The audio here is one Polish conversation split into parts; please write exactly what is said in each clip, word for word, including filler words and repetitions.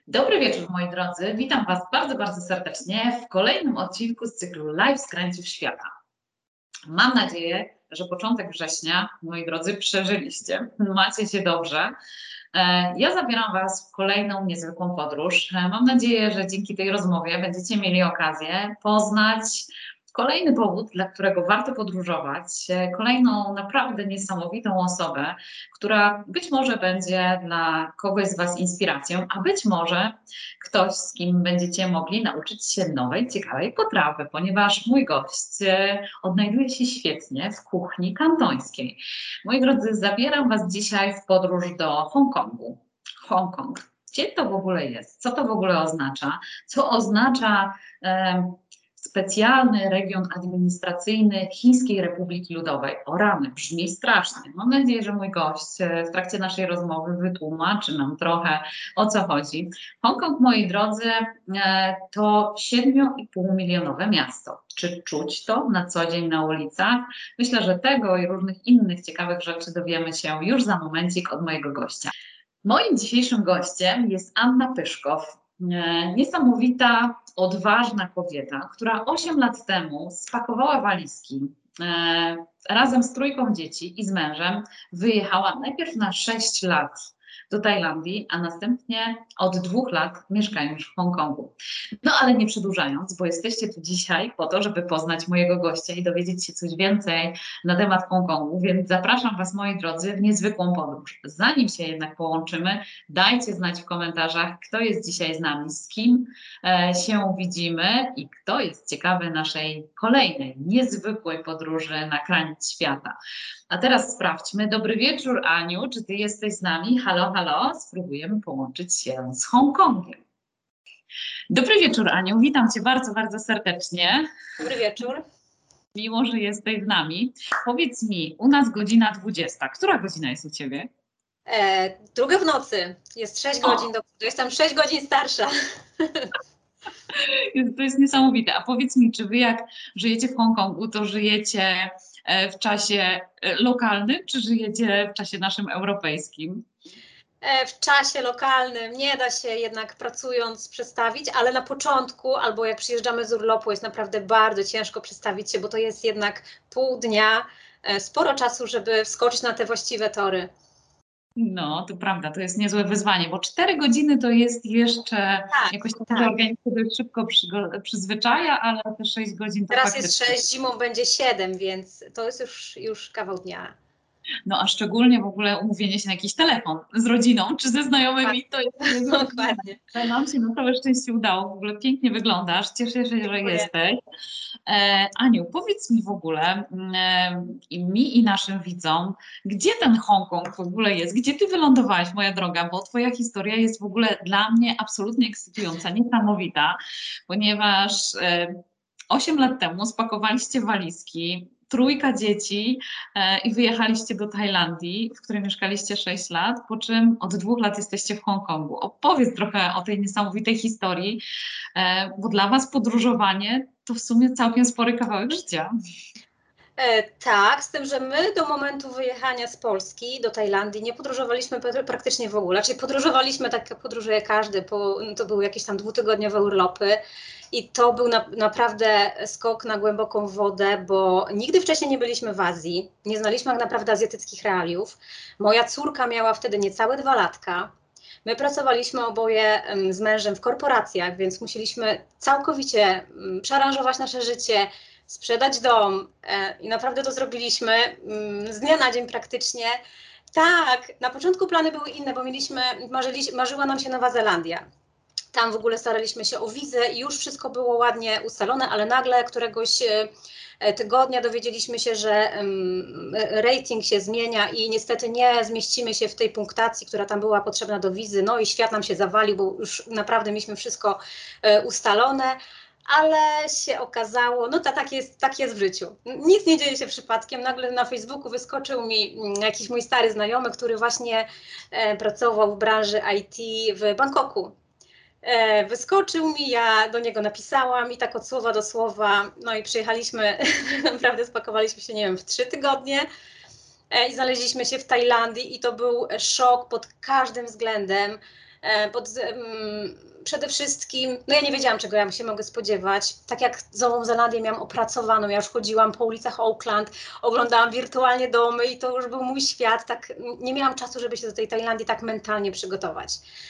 Dobry wieczór, moi drodzy. Witam Was bardzo, bardzo serdecznie w kolejnym odcinku z cyklu Live z krańców świata. Mam nadzieję, że początek września, moi drodzy, przeżyliście. Macie się dobrze. E, Ja zabieram Was w kolejną niezwykłą podróż. E, Mam nadzieję, że dzięki tej rozmowie będziecie mieli okazję poznać kolejny powód, dla którego warto podróżować, e, kolejną naprawdę niesamowitą osobę, która być może będzie dla kogoś z Was inspiracją, a być może ktoś, z kim będziecie mogli nauczyć się nowej, ciekawej potrawy, ponieważ mój gość e, odnajduje się świetnie w kuchni kantońskiej. Moi drodzy, zabieram Was dzisiaj w podróż do Hongkongu. Hongkong. Gdzie to w ogóle jest? Co to w ogóle oznacza? Co oznacza e, specjalny region administracyjny Chińskiej Republiki Ludowej? O rany, brzmi strasznie. Mam nadzieję, że mój gość e, w trakcie naszej rozmowy wytłumaczy nam trochę, o co chodzi. Hongkong, moi drodzy, e, to siedmiu i pół milionowe miasto. Czy czuć to na co dzień na ulicach? Myślę, że tego i różnych innych ciekawych rzeczy dowiemy się już za momencik od mojego gościa. Moim dzisiejszym gościem jest Anna Pyszkow. E, Niesamowita, odważna kobieta, która osiem lat temu spakowała walizki. e, Razem z trójką dzieci i z mężem wyjechała najpierw na sześć lat do Tajlandii, a następnie od dwóch lat mieszka już w Hongkongu. No ale nie przedłużając, bo jesteście tu dzisiaj po to, żeby poznać mojego gościa i dowiedzieć się coś więcej na temat Hongkongu, więc zapraszam Was, moi drodzy, w niezwykłą podróż. Zanim się jednak połączymy, dajcie znać w komentarzach, kto jest dzisiaj z nami, z kim e, się widzimy i kto jest ciekawy naszej kolejnej, niezwykłej podróży na kraniec świata. A teraz sprawdźmy. Dobry wieczór, Aniu. Czy Ty jesteś z nami? Halo, halo. Spróbujemy połączyć się z Hongkongiem. Dobry wieczór, Aniu. Witam Cię bardzo, bardzo serdecznie. Dobry wieczór. Miło, że jesteś z nami. Powiedz mi, u nas godzina dwudziesta. Która godzina jest u Ciebie? E, druga w nocy. Jest sześć godzin do przodu. Jestem sześć godzin starsza. To jest niesamowite. A powiedz mi, czy Wy jak żyjecie w Hongkongu, to żyjecie w czasie lokalnym, czy żyjecie w czasie naszym europejskim? E, w czasie lokalnym nie da się jednak pracując przestawić, ale na początku albo jak przyjeżdżamy z urlopu jest naprawdę bardzo ciężko przestawić się, bo to jest jednak pół dnia, e, sporo czasu, żeby wskoczyć na te właściwe tory. No, to prawda, to jest niezłe wyzwanie, bo cztery godziny to jest jeszcze tak, jakoś tam tak. organizm sobie szybko przyzwyczaja, ale te sześć godzin to Teraz faktycznie. jest sześć, zimą będzie siedem, więc to jest już, już kawał dnia. No a szczególnie w ogóle umówienie się na jakiś telefon z rodziną czy ze znajomymi, to jest dokładnie. Że nam się na całe szczęście udało. W ogóle pięknie wyglądasz, cieszę się, że Dziękuję. jesteś. E, Aniu, powiedz mi w ogóle, e, i mi i naszym widzom, gdzie ten Hongkong w ogóle jest? Gdzie ty wylądowałaś, moja droga? Bo twoja historia jest w ogóle dla mnie absolutnie ekscytująca, niesamowita, ponieważ e, osiem lat temu spakowaliście walizki, trójka dzieci e, i wyjechaliście do Tajlandii, w której mieszkaliście sześć lat, po czym od dwóch lat jesteście w Hongkongu. Opowiedz trochę o tej niesamowitej historii, e, bo dla Was podróżowanie to w sumie całkiem spory kawałek życia. E, tak, z tym, że my do momentu wyjechania z Polski do Tajlandii nie podróżowaliśmy praktycznie w ogóle. Czyli podróżowaliśmy tak, jak podróżuje każdy, po, to były jakieś tam dwutygodniowe urlopy i to był na, naprawdę skok na głęboką wodę, bo nigdy wcześniej nie byliśmy w Azji, nie znaliśmy tak naprawdę azjatyckich realiów. Moja córka miała wtedy niecałe dwa latka. My pracowaliśmy oboje z mężem w korporacjach, więc musieliśmy całkowicie przearanżować nasze życie, sprzedać dom e, i naprawdę to zrobiliśmy mm, z dnia na dzień praktycznie. Tak, na początku plany były inne, bo mieliśmy, marzyli, marzyła nam się Nowa Zelandia. Tam w ogóle staraliśmy się o wizę i już wszystko było ładnie ustalone, ale nagle któregoś e, tygodnia dowiedzieliśmy się, że um, rating się zmienia i niestety nie zmieścimy się w tej punktacji, która tam była potrzebna do wizy. No i świat nam się zawalił, bo już naprawdę mieliśmy wszystko e, ustalone. Ale się okazało, no to tak jest, tak jest w życiu. Nic nie dzieje się przypadkiem. Nagle na Facebooku wyskoczył mi jakiś mój stary znajomy, który właśnie e, pracował w branży I T w Bangkoku. E, wyskoczył mi, ja do niego napisałam i tak od słowa do słowa, no i przyjechaliśmy, naprawdę spakowaliśmy się, nie wiem, w trzy tygodnie e, i znaleźliśmy się w Tajlandii i to był szok pod każdym względem. Pod, przede wszystkim, no ja nie wiedziałam, czego ja się mogę spodziewać. Tak jak Nową Zelandię miałam opracowaną, ja już chodziłam po ulicach Auckland, oglądałam wirtualnie domy i to już był mój świat. Tak, nie miałam czasu, żeby się do tej Tajlandii tak mentalnie przygotować.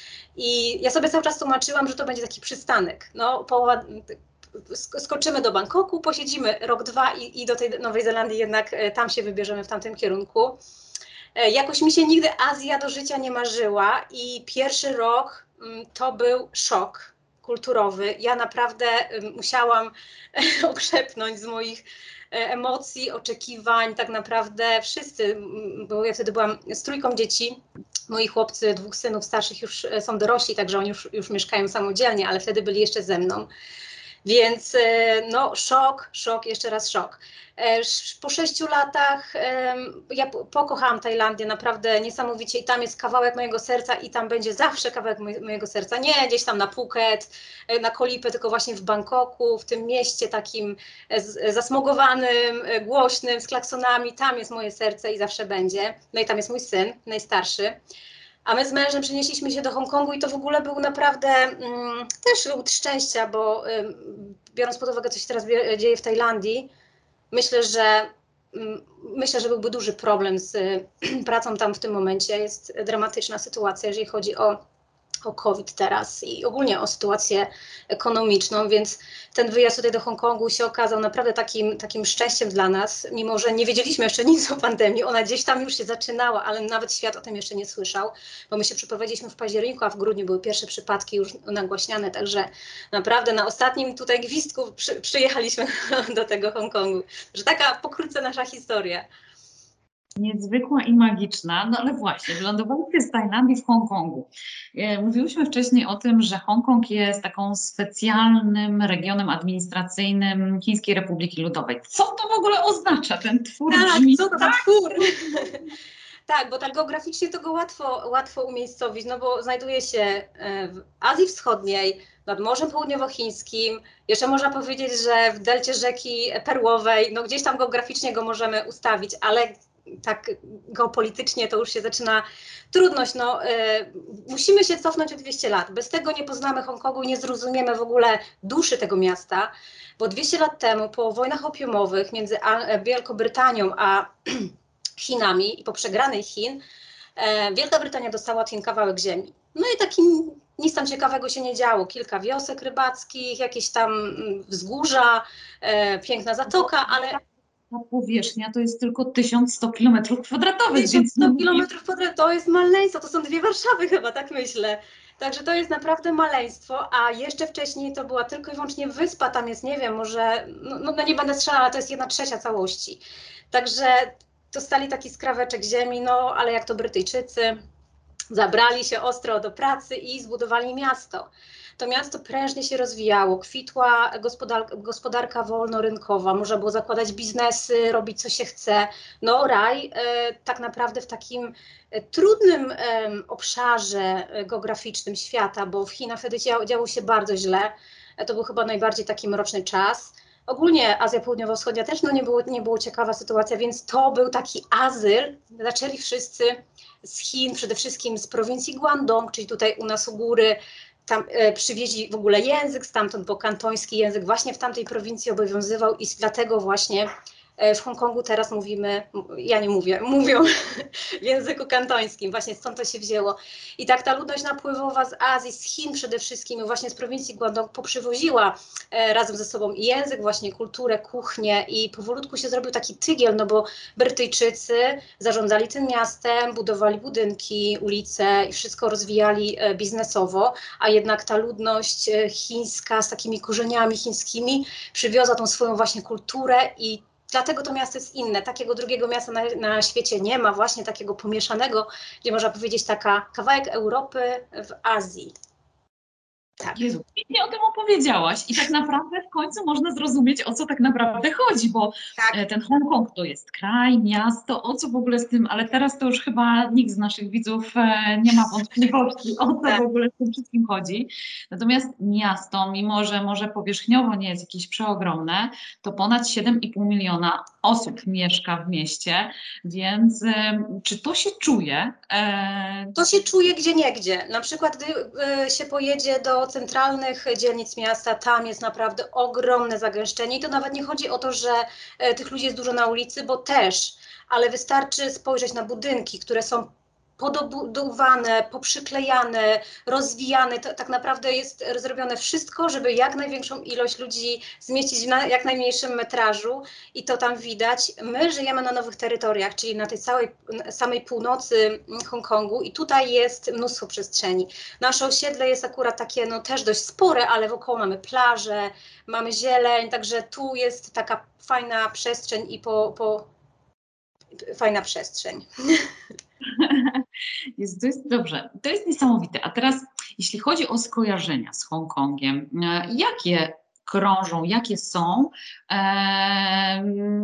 I ja sobie cały czas tłumaczyłam, że to będzie taki przystanek. No, połowa, skoczymy do Bangkoku, posiedzimy rok, dwa i, i do tej Nowej Zelandii jednak tam się wybierzemy w tamtym kierunku. Jakoś mi się nigdy Azja do życia nie marzyła i pierwszy rok to był szok kulturowy. Ja naprawdę musiałam okrzepnąć z moich emocji, oczekiwań, tak naprawdę wszyscy, bo ja wtedy byłam z trójką dzieci. Moi chłopcy, dwóch synów starszych już są dorośli, także oni już, już mieszkają samodzielnie, ale wtedy byli jeszcze ze mną. Więc no szok, szok, jeszcze raz szok. Po sześciu latach ja pokochałam Tajlandię naprawdę niesamowicie i tam jest kawałek mojego serca i tam będzie zawsze kawałek mojego serca. Nie gdzieś tam na Phuket, na Koh Lipę, tylko właśnie w Bangkoku, w tym mieście takim zasmogowanym, głośnym, z klaksonami. Tam jest moje serce i zawsze będzie. No i tam jest mój syn, najstarszy. A my z mężem przenieśliśmy się do Hongkongu i to w ogóle był naprawdę mm, też łód szczęścia, bo ym, biorąc pod uwagę, co się teraz dzieje w Tajlandii, myślę, że ym, myślę, że byłby duży problem z y, pracą tam w tym momencie. Jest dramatyczna sytuacja, jeżeli chodzi o o COVID teraz i ogólnie o sytuację ekonomiczną, więc ten wyjazd tutaj do Hongkongu się okazał naprawdę takim, takim szczęściem dla nas, mimo że nie wiedzieliśmy jeszcze nic o pandemii, ona gdzieś tam już się zaczynała, ale nawet świat o tym jeszcze nie słyszał, bo my się przeprowadziliśmy w październiku, a w grudniu były pierwsze przypadki już nagłaśniane, także naprawdę na ostatnim tutaj gwizdku przy, przyjechaliśmy do tego Hongkongu, że taka pokrótce nasza historia. Niezwykła i magiczna, no ale właśnie, wylądowaliście z Tajlandii w Hongkongu. Mówiłyśmy wcześniej o tym, że Hongkong jest taką specjalnym regionem administracyjnym Chińskiej Republiki Ludowej. Co to w ogóle oznacza, ten twór tak, brzmi? co to za twór? Tak, bo tak geograficznie to go łatwo, łatwo umiejscowić, no bo znajduje się w Azji Wschodniej, nad Morzem Południowochińskim, jeszcze można powiedzieć, że w delcie rzeki Perłowej, no gdzieś tam geograficznie go możemy ustawić, ale tak geopolitycznie to już się zaczyna trudność. No, y, musimy się cofnąć o dwieście lat. Bez tego nie poznamy Hongkongu i nie zrozumiemy w ogóle duszy tego miasta, bo dwieście lat temu po wojnach opiumowych między Wielką Brytanią a Chinami i po przegranej Chin, e, Wielka Brytania dostała od Chin kawałek ziemi. No i takim nic tam ciekawego się nie działo. Kilka wiosek rybackich, jakieś tam wzgórza, e, piękna zatoka, ale Ta powierzchnia to jest tylko tysiąc sto kilometrów kwadratowych. tysiąc sto kilometrów kwadratowych to jest maleństwo, to są dwie Warszawy chyba, tak myślę. Także to jest naprawdę maleństwo, a jeszcze wcześniej to była tylko i wyłącznie wyspa, tam jest, nie wiem, może, no, no nie będę strzelała, to jest jedna trzecia całości. Także dostali taki skraweczek ziemi, no ale jak to Brytyjczycy, zabrali się ostro do pracy i zbudowali miasto. To miasto prężnie się rozwijało, kwitła gospodarka, gospodarka wolnorynkowa, można było zakładać biznesy, robić co się chce. No raj e, tak naprawdę w takim e, trudnym e, obszarze geograficznym świata, bo w Chinach wtedy działo, działo się bardzo źle. E, to był chyba najbardziej taki mroczny czas. Ogólnie Azja Południowo-Wschodnia też no, nie, było, nie było ciekawa sytuacja, więc to był taki azyl. Zaczęli wszyscy z Chin, przede wszystkim z prowincji Guangdong, czyli tutaj u nas u góry, tam e, przywieźli w ogóle język stamtąd, bo kantoński język właśnie w tamtej prowincji obowiązywał i dlatego właśnie e, w Hongkongu teraz mówimy, ja nie mówię, mówią w języku kantońskim, właśnie stąd to się wzięło. I tak ta ludność napływowa z Azji, z Chin przede wszystkim, właśnie z prowincji Guangdong poprzywoziła e, razem ze sobą i język, właśnie kulturę, kuchnię i powolutku się zrobił taki tygiel, no bo Brytyjczycy zarządzali tym miastem, budowali budynki, ulice i wszystko rozwijali e, biznesowo, a jednak ta ludność e, chińska z takimi korzeniami chińskimi przywiozła tą swoją właśnie kulturę i dlatego to miasto jest inne. Takiego drugiego miasta na, na świecie nie ma, właśnie takiego pomieszanego, gdzie można powiedzieć taka kawałek Europy w Azji. Tak. Jezu, pięknie o tym opowiedziałaś i tak naprawdę w końcu można zrozumieć, o co tak naprawdę chodzi, bo tak. Ten Hongkong to jest kraj, miasto, o co w ogóle z tym, ale teraz to już chyba nikt z naszych widzów nie ma wątpliwości, o co tak. w ogóle z tym wszystkim chodzi. Natomiast miasto, mimo że może powierzchniowo nie jest jakieś przeogromne, to ponad siedem i pół miliona osób mieszka w mieście, więc y, czy to się czuje? E, To się czuje gdzieniegdzie. Na przykład, gdy y, się pojedzie do centralnych dzielnic miasta, tam jest naprawdę ogromne zagęszczenie. I to nawet nie chodzi o to, że y, tych ludzi jest dużo na ulicy, bo też, ale wystarczy spojrzeć na budynki, które są podobudowane, poprzyklejane, rozwijane. To, tak naprawdę jest zrobione wszystko, żeby jak największą ilość ludzi zmieścić na jak najmniejszym metrażu i to tam widać. My żyjemy na nowych terytoriach, czyli na tej całej samej północy Hongkongu i tutaj jest mnóstwo przestrzeni. Nasze osiedle jest akurat takie no też dość spore, ale wokoło mamy plaże, mamy zieleń, także tu jest taka fajna przestrzeń i po, po fajna przestrzeń. Jest, to jest dobrze, to jest niesamowite. A teraz, jeśli chodzi o skojarzenia z Hongkongiem, e, jakie krążą, jakie są? E,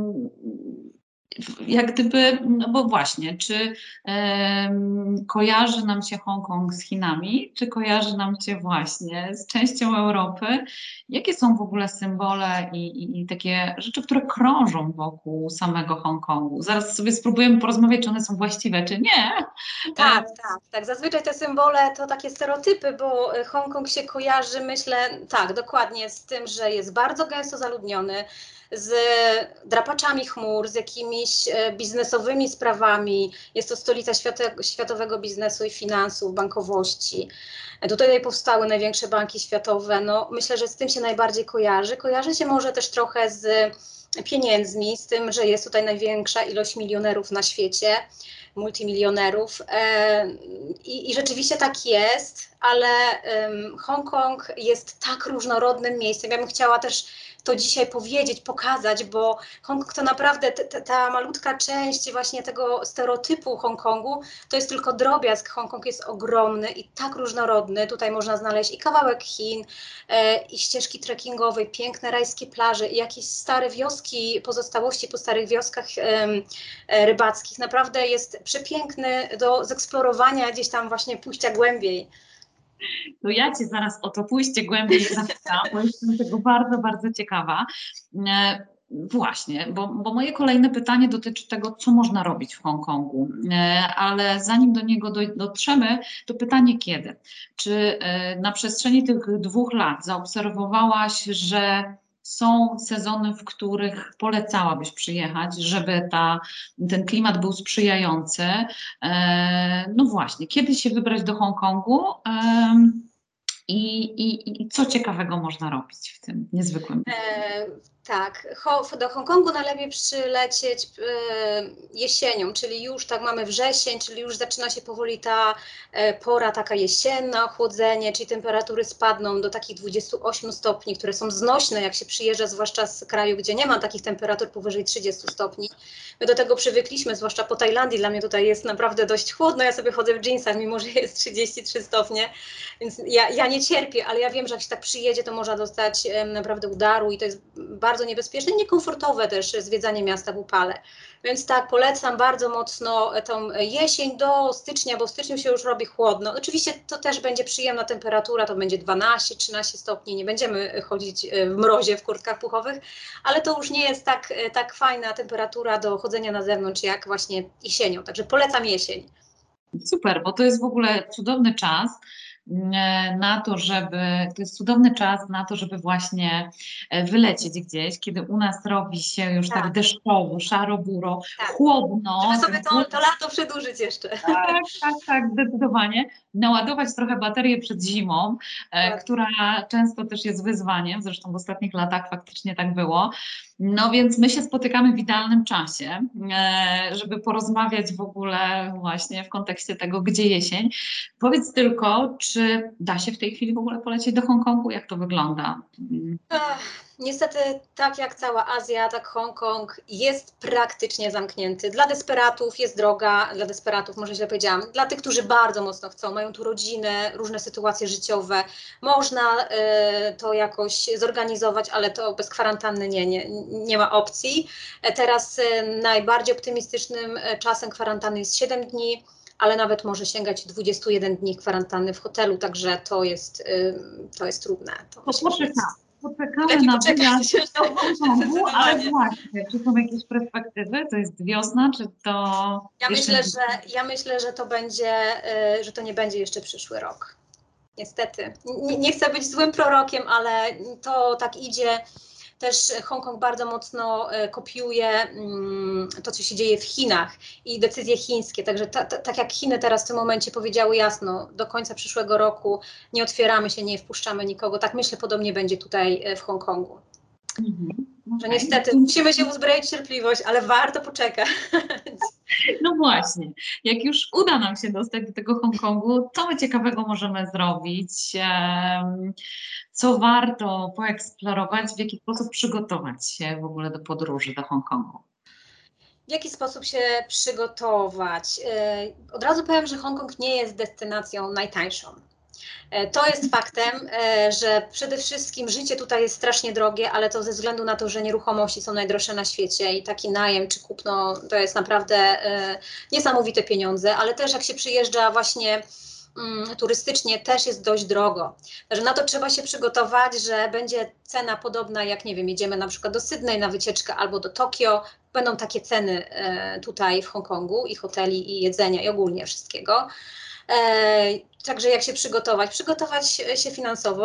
jak gdyby, no bo właśnie, czy e, kojarzy nam się Hongkong z Chinami, czy kojarzy nam się właśnie z częścią Europy? Jakie są w ogóle symbole i, i, i takie rzeczy, które krążą wokół samego Hongkongu? Zaraz sobie spróbujemy porozmawiać, czy one są właściwe, czy nie. Tak, tak, tak. Zazwyczaj te symbole to takie stereotypy, bo Hongkong się kojarzy, myślę, tak, dokładnie z tym, że jest bardzo gęsto zaludniony, z drapaczami chmur, z jakimiś biznesowymi sprawami. Jest to stolica świate, światowego biznesu i finansów, bankowości. Tutaj powstały największe banki światowe. No, myślę, że z tym się najbardziej kojarzy. Kojarzy się może też trochę z pieniędzmi, z tym, że jest tutaj największa ilość milionerów na świecie, multimilionerów. I, i rzeczywiście tak jest, ale um, Hongkong jest tak różnorodnym miejscem. Ja bym chciała też to dzisiaj powiedzieć, pokazać, bo Hongkong to naprawdę t, t, ta malutka część właśnie tego stereotypu Hongkongu, to jest tylko drobiazg. Hongkong jest ogromny i tak różnorodny. Tutaj można znaleźć i kawałek Chin, e, i ścieżki trekkingowe, piękne rajskie plaże, i jakieś stare wioski, pozostałości po starych wioskach e, e, rybackich. Naprawdę jest przepiękny do zeksplorowania, gdzieś tam właśnie pójścia głębiej. To ja Cię zaraz o to pójście głębiej zapytam, bo jestem tego bardzo, bardzo ciekawa. E, właśnie, bo, bo moje kolejne pytanie dotyczy tego, co można robić w Hongkongu, e, ale zanim do niego do, dotrzemy, to pytanie kiedy? Czy e, na przestrzeni tych dwóch lat zaobserwowałaś, że są sezony, w których polecałabyś przyjechać, żeby ta, ten klimat był sprzyjający? E, no właśnie, kiedy się wybrać do Hongkongu? E, i, i, I co ciekawego można robić w tym niezwykłym miejscu? E, tak, Ho, do Hongkongu najlepiej przylecieć e, jesienią, czyli już tak mamy wrzesień, czyli już zaczyna się powoli ta e, pora taka jesienna, ochłodzenie, czyli temperatury spadną do takich dwudziestu ośmiu stopni, które są znośne, jak się przyjeżdża, zwłaszcza z kraju, gdzie nie ma takich temperatur powyżej trzydziestu stopni. My do tego przywykliśmy, zwłaszcza po Tajlandii. Dla mnie tutaj jest naprawdę dość chłodno, ja sobie chodzę w dżinsach, mimo że jest trzydzieści trzy stopnie, więc ja, ja nie cierpię, ale ja wiem, że jak się tak przyjedzie, to można dostać e, naprawdę udaru i to jest bardzo niebezpieczne i niekomfortowe też zwiedzanie miasta w upale. Więc tak, polecam bardzo mocno tą jesień do stycznia, bo w styczniu się już robi chłodno. Oczywiście to też będzie przyjemna temperatura, to będzie dwanaście trzynaście stopni, nie będziemy chodzić w mrozie w kurtkach puchowych, ale to już nie jest tak, tak fajna temperatura do chodzenia na zewnątrz jak właśnie jesienią, także polecam jesień. Super, bo to jest w ogóle cudowny czas na to, żeby, to jest cudowny czas na to, żeby właśnie wylecieć gdzieś, kiedy u nas robi się już tak, tak deszczowo, szaro-buro, tak, chłodno. Żeby sobie to, to lato przedłużyć jeszcze. Tak, tak, tak, zdecydowanie. Naładować trochę baterię przed zimą, tak, która często też jest wyzwaniem, zresztą w ostatnich latach faktycznie tak było. No więc my się spotykamy w idealnym czasie, żeby porozmawiać w ogóle właśnie w kontekście tego, gdzie jesień. Powiedz tylko, czy da się w tej chwili w ogóle polecieć do Hongkongu? Jak to wygląda? Ach, niestety, tak jak cała Azja, tak Hongkong jest praktycznie zamknięty. Dla desperatów jest droga, dla desperatów, może źle powiedziałam, dla tych, którzy bardzo mocno chcą, mają tu rodzinę, różne sytuacje życiowe, można y, to jakoś zorganizować, ale to bez kwarantanny nie, nie, nie ma opcji. Teraz y, najbardziej optymistycznym czasem kwarantanny jest siedem dni, ale nawet może sięgać dwudziestu jeden dni kwarantanny w hotelu, także to jest, y, to jest trudne. To To poczekamy. poczekamy Lepiej na poczekać. wyjazd do Hongkongu, ale Zdecydowanie. właśnie, czy są jakieś perspektywy? To jest wiosna, czy to Ja jeszcze myślę, nie? że, ja myślę, że to będzie, y, że to nie będzie jeszcze przyszły rok. Niestety. Nie, nie chcę być złym prorokiem, ale to tak idzie. Też Hongkong bardzo mocno e, kopiuje mm, to, co się dzieje w Chinach i decyzje chińskie. Także ta, ta, tak jak Chiny teraz w tym momencie powiedziały jasno, do końca przyszłego roku nie otwieramy się, nie wpuszczamy nikogo. Tak myślę, podobnie będzie tutaj e, w Hongkongu. Mhm. Że Okej. niestety musimy się uzbroić w cierpliwość, ale warto poczekać. No właśnie, jak już uda nam się dostać do tego Hongkongu, co my ciekawego możemy zrobić? Em, Co warto poeksplorować? W jaki sposób przygotować się w ogóle do podróży do Hongkongu? W jaki sposób się przygotować? E, Od razu powiem, że Hongkong nie jest destynacją najtańszą. E, To jest faktem, e, że przede wszystkim życie tutaj jest strasznie drogie, ale to ze względu na to, że nieruchomości są najdroższe na świecie i taki najem czy kupno to jest naprawdę e, niesamowite pieniądze, ale też jak się przyjeżdża właśnie mm, turystycznie też jest dość drogo. Także na to trzeba się przygotować, że będzie cena podobna jak, nie wiem, jedziemy na przykład do Sydney na wycieczkę albo do Tokio. Będą takie ceny e, tutaj w Hongkongu i hoteli, i jedzenia, i ogólnie wszystkiego. E, Także jak się przygotować? Przygotować się finansowo.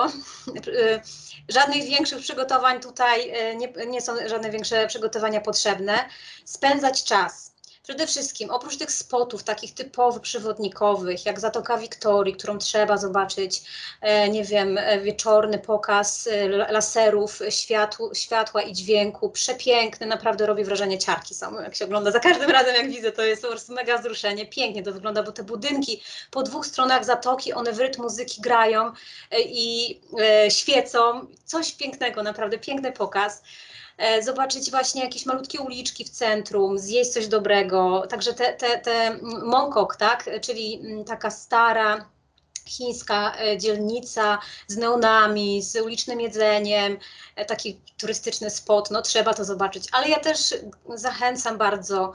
Żadnych większych przygotowań tutaj e, nie, nie są żadne większe przygotowania potrzebne. Spędzać czas. Przede wszystkim, oprócz tych spotów takich typowo przewodnikowych, jak Zatoka Wiktorii, którą trzeba zobaczyć, e, nie wiem, e, wieczorny pokaz e, laserów, światł, światła i dźwięku, przepiękny, naprawdę robi wrażenie, ciarki są, jak się ogląda. Za każdym razem, jak widzę, to jest po prostu mega wzruszenie, pięknie to wygląda, bo te budynki po dwóch stronach zatoki, one w rytm muzyki grają e, i e, świecą, coś pięknego, naprawdę piękny pokaz. E, zobaczyć właśnie jakieś malutkie uliczki w centrum, zjeść coś dobrego. Także te, te, te Mongkok, tak, czyli taka stara chińska e, dzielnica z neonami, z ulicznym jedzeniem, e, taki turystyczny spot, no trzeba to zobaczyć. Ale ja też zachęcam bardzo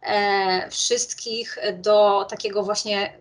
e, wszystkich do takiego właśnie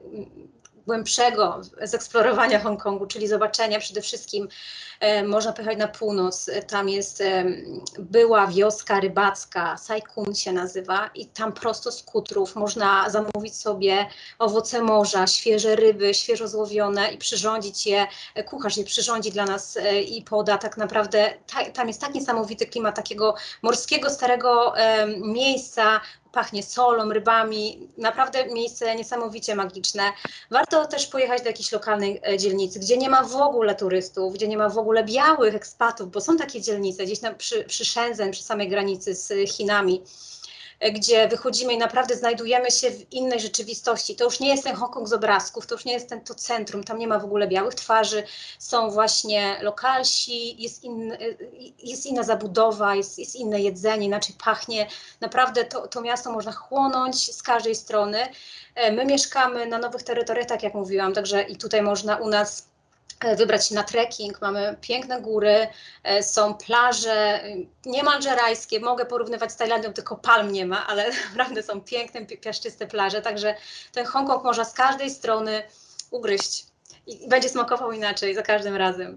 głębszego zeksplorowania Hongkongu, czyli zobaczenia przede wszystkim, e, można pojechać na północ, tam jest e, była wioska rybacka, Sai Kung się nazywa i tam prosto z kutrów można zamówić sobie owoce morza, świeże ryby, świeżo złowione i przyrządzić je, e, kucharz je przyrządzi dla nas e, i poda tak naprawdę, ta, tam jest tak niesamowity klimat takiego morskiego, starego e, miejsca, pachnie solą, rybami, naprawdę miejsce niesamowicie magiczne. Warto też pojechać do jakiejś lokalnej e, dzielnicy, gdzie nie ma w ogóle turystów, gdzie nie ma w ogóle białych ekspatów, bo są takie dzielnice gdzieś tam przy, przy Shenzhen, przy samej granicy z Chinami, e, gdzie wychodzimy i naprawdę znajdujemy się w innej rzeczywistości. To już nie jest ten Hongkong z obrazków, to już nie jest ten, to centrum, tam nie ma w ogóle białych twarzy, są właśnie lokalsi, jest, in, e, jest inna zabudowa, jest, jest inne jedzenie, inaczej pachnie. Naprawdę to, to miasto można chłonąć z każdej strony. E, My mieszkamy na nowych terytoriach, tak jak mówiłam, także i tutaj można u nas e, wybrać się na trekking, mamy piękne góry, e, są plaże, e, niemalże rajskie, mogę porównywać z Tajlandią, tylko palm nie ma, ale naprawdę są piękne, pi- piaszczyste plaże, także ten Hongkong można z każdej strony ugryźć i, i będzie smakował inaczej za każdym razem.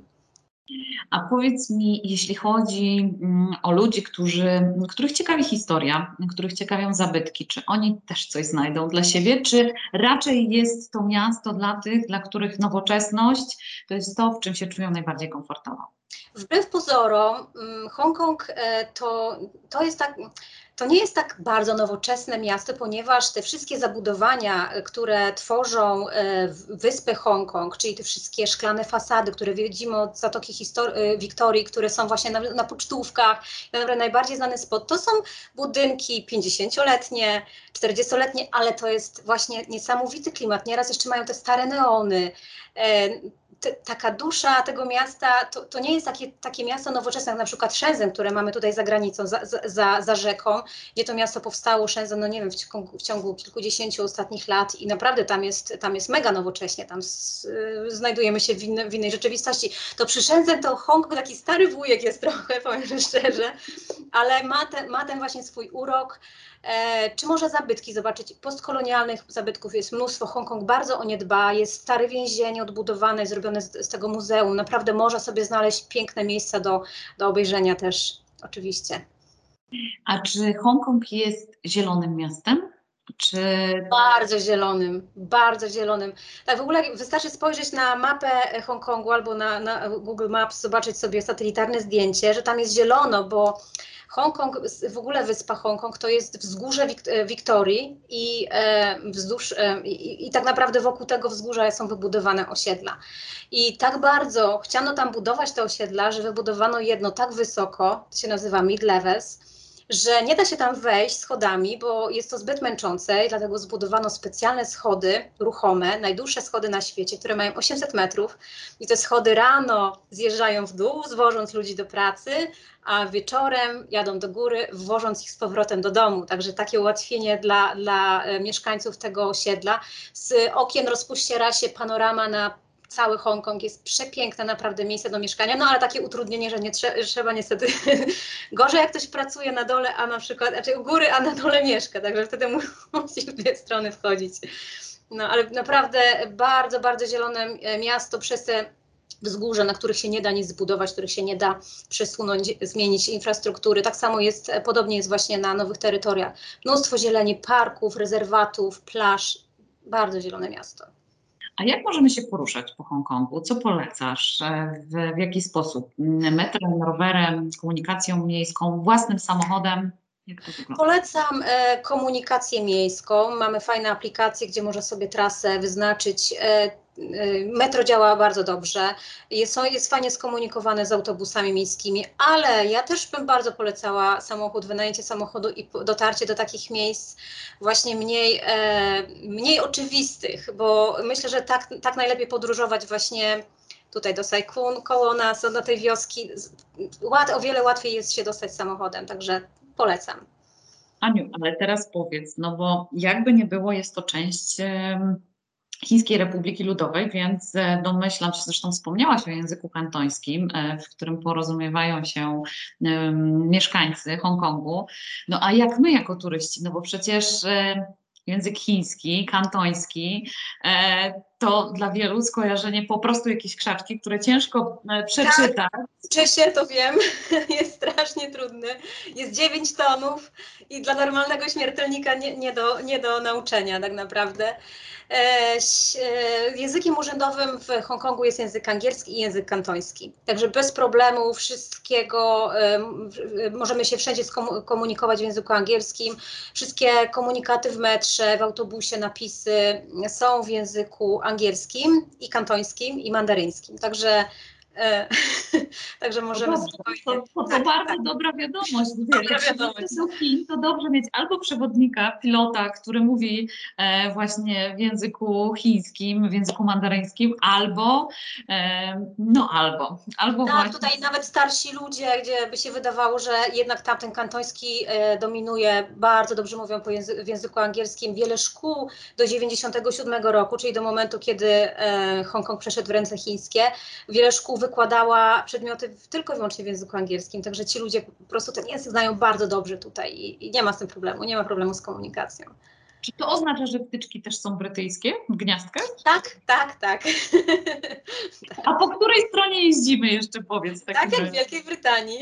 A powiedz mi, jeśli chodzi mm, o ludzi, którzy, których ciekawi historia, których ciekawią zabytki, czy oni też coś znajdą dla siebie, czy raczej jest to miasto dla tych, dla których nowoczesność to jest to, w czym się czują najbardziej komfortowo? Wbrew pozorom, mm, Hongkong e, to, to jest tak, to nie jest tak bardzo nowoczesne miasto, ponieważ te wszystkie zabudowania, e, które tworzą e, w- wyspę Hongkong, czyli te wszystkie szklane fasady, które widzimy od Zatoki Histor- e, Wiktorii, które są właśnie na, na pocztówkach, naprawdę najbardziej znany spot, to są budynki pięćdziesięcioletnie, czterdziestoletnie, ale to jest właśnie niesamowity klimat. Nieraz jeszcze mają te stare neony. E, te, taka dusza tego miasta, to, to nie jest takie, takie miasto nowoczesne, jak na przykład Shenzhen, które mamy tutaj za granicą, za, za, za rzeką, gdzie to miasto powstało, Shenzhen, no nie wiem, w ciągu, w ciągu kilkudziesięciu ostatnich lat i naprawdę tam jest, tam jest mega nowocześnie, tam s, y, znajdujemy się w, inny, w innej rzeczywistości. To przy Shenzhen to Hongkong taki stary wujek jest trochę, powiem szczerze, ale ma, te, ma ten właśnie swój urok. E, czy może zabytki zobaczyć? Postkolonialnych zabytków jest mnóstwo. Hongkong bardzo o nie dba. Jest stare więzienie odbudowane, zrobione z, z tego muzeum. Naprawdę można sobie znaleźć piękne miejsca do, do obejrzenia też, oczywiście. A czy Hongkong jest zielonym miastem? Czy... Bardzo zielonym, bardzo zielonym. Tak w ogóle wystarczy spojrzeć na mapę Hongkongu albo na, na Google Maps, zobaczyć sobie satelitarne zdjęcie, że tam jest zielono, bo Hongkong, w ogóle wyspa Hongkong to jest wzgórze Wik- Wiktorii i, e, wzdłuż, e, i, i tak naprawdę wokół tego wzgórza są wybudowane osiedla. I tak bardzo chciano tam budować te osiedla, że wybudowano jedno tak wysoko, to się nazywa mid-levels, że nie da się tam wejść schodami, bo jest to zbyt męczące i dlatego zbudowano specjalne schody ruchome, najdłuższe schody na świecie, które mają osiemset metrów i te schody rano zjeżdżają w dół, zwożąc ludzi do pracy, a wieczorem jadą do góry, wwożąc ich z powrotem do domu. Także takie ułatwienie dla, dla mieszkańców tego osiedla. Z okien rozpościera się panorama na cały Hongkong, jest przepiękne naprawdę miejsce do mieszkania, no ale takie utrudnienie, że nie trze trzeba niestety, gorzej jak ktoś pracuje na dole, a na przykład, znaczy u góry, a na dole mieszka, także wtedy musi w dwie strony wchodzić. No ale naprawdę bardzo, bardzo zielone miasto przez te wzgórza, na których się nie da nic zbudować, których się nie da przesunąć, zmienić infrastruktury. Tak samo jest, podobnie jest właśnie na nowych terytoriach. Mnóstwo zieleni, parków, rezerwatów, plaż, bardzo zielone miasto. A jak możemy się poruszać po Hongkongu? Co polecasz? W, w jaki sposób? Metrem, rowerem, komunikacją miejską, własnym samochodem? Jak to wygląda? Polecam e, komunikację miejską. Mamy fajne aplikacje, gdzie można sobie trasę wyznaczyć. E, e, metro działa bardzo dobrze. Jest, jest fajnie skomunikowane z autobusami miejskimi, ale ja też bym bardzo polecała samochód, wynajęcie samochodu i dotarcie do takich miejsc właśnie mniej, e, mniej oczywistych, bo myślę, że tak, tak najlepiej podróżować właśnie tutaj do Sai Kung, koło nas, do tej wioski. Łat, o wiele łatwiej jest się dostać samochodem, także polecam. Aniu, ale teraz powiedz, no bo jakby nie było, jest to część e, Chińskiej Republiki Ludowej, więc e, domyślam się, zresztą wspomniałaś o języku kantońskim, e, w którym porozumiewają się e, mieszkańcy Hongkongu. No a jak my jako turyści, no bo przecież e, język chiński, kantoński, e, to dla wielu skojarzenie po prostu jakieś krzaczki, które ciężko e, przeczytać. Czy się to wiem, jest strasznie trudny. Jest dziewięć tomów i dla normalnego śmiertelnika nie, nie, do, nie do nauczenia tak naprawdę. E, językiem urzędowym w Hongkongu jest język angielski i język kantoński. Także bez problemu wszystkiego e, możemy się wszędzie komunikować w języku angielskim. Wszystkie komunikaty w metrze, w autobusie, napisy są w języku angielskim i kantońskim i mandaryńskim. Także E, Także możemy To, spokojnie. to, to, to tak, bardzo tak. dobra wiadomość. Dobra Jak wiadomość. się do Chin, to dobrze mieć albo przewodnika, pilota, który mówi e, właśnie w języku chińskim, w języku mandaryńskim, albo e, no albo, albo Tak, właśnie. tutaj nawet starsi ludzie, gdzie by się wydawało, że jednak tamten kantoński e, dominuje, bardzo dobrze mówią po języ w języku angielskim. Wiele szkół do dziewięćdziesiątego siódmego roku, czyli do momentu, kiedy e, Hongkong przeszedł w ręce chińskie, wiele szkół wykładała przedmioty w, tylko i wyłącznie w języku angielskim. Także ci ludzie po prostu ten język znają bardzo dobrze tutaj i, i nie ma z tym problemu, nie ma problemu z komunikacją. Czy to oznacza, że wtyczki też są brytyjskie w gniazdkach? Tak, tak, tak. A po której stronie jeździmy jeszcze powiedz? Tak jak w Wielkiej Brytanii.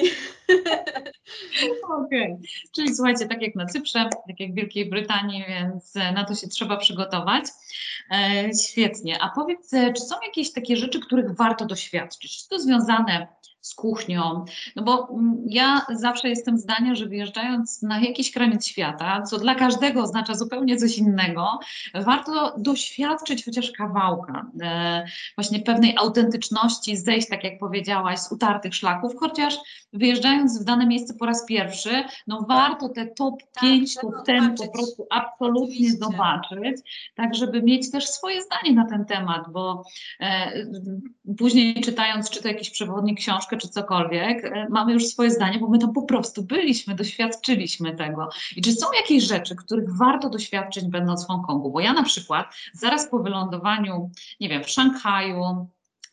Okej, okay. Czyli słuchajcie, tak jak na Cyprze, tak jak w Wielkiej Brytanii, więc na to się trzeba przygotować. E, świetnie. A powiedz, czy są jakieś takie rzeczy, których warto doświadczyć? Czy to związane z kuchnią? No bo ja zawsze jestem zdania, że wyjeżdżając na jakiś kraniec świata, co dla każdego oznacza zupełnie coś innego, warto doświadczyć chociaż kawałka e, właśnie pewnej autentyczności, zejść, tak jak powiedziałaś, z utartych szlaków, chociaż wyjeżdżając w dane miejsce po raz pierwszy, no warto te top pięć, top ten po prostu absolutnie Oczywiście. zobaczyć, tak żeby mieć też swoje zdanie na ten temat, bo e, później czytając, czy to jakiś przewodnik, książkę, czy cokolwiek, e, mamy już swoje zdanie, bo my tam po prostu byliśmy, doświadczyliśmy tego. I czy są jakieś rzeczy, których warto doświadczyć będąc w Hongkongu? Bo ja na przykład zaraz po wylądowaniu, nie wiem, w Szanghaju,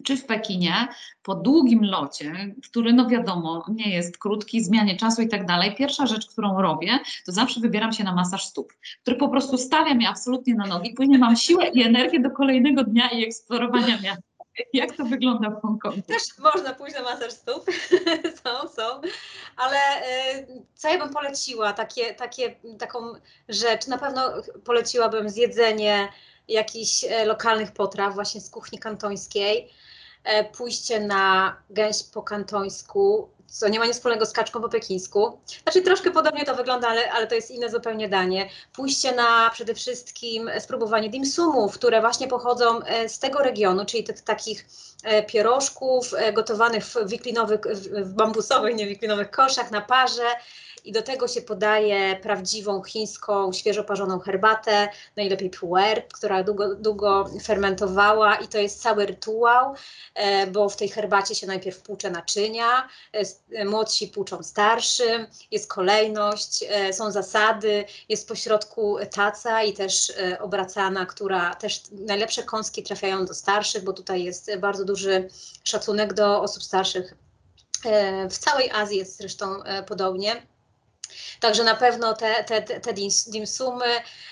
czy w Pekinie, po długim locie, który no wiadomo, nie jest krótki, zmianie czasu i tak dalej, pierwsza rzecz, którą robię, to zawsze wybieram się na masaż stóp, który po prostu stawia mnie absolutnie na nogi. Później mam siłę i energię do kolejnego dnia i eksplorowania miasta. Jak to wygląda w Hongkongu? Też można pójść na masaż stóp, są, są, ale y, co ja bym poleciła, takie, takie, taką rzecz, na pewno poleciłabym zjedzenie jakichś e, lokalnych potraw właśnie z kuchni kantońskiej, e, pójście na gęś po kantońsku, co nie ma nic wspólnego z kaczką po pekińsku. Znaczy troszkę podobnie to wygląda, ale, ale to jest inne zupełnie danie. Pójście na przede wszystkim spróbowanie dim sumów, które właśnie pochodzą e, z tego regionu, czyli te, takich e, pierożków e, gotowanych w wiklinowych, w, w bambusowych, nie wiklinowych koszach na parze. I do tego się podaje prawdziwą chińską, świeżo parzoną herbatę, najlepiej pu'er, która długo, długo fermentowała i to jest cały rytuał, e, bo w tej herbacie się najpierw płucze naczynia, e, młodsi płuczą starszym, jest kolejność, e, są zasady, jest pośrodku taca i też e, obracana, która też najlepsze kąski trafiają do starszych, bo tutaj jest bardzo duży szacunek do osób starszych. E, w całej Azji jest zresztą e, podobnie. Także na pewno te, te, te dim sumy,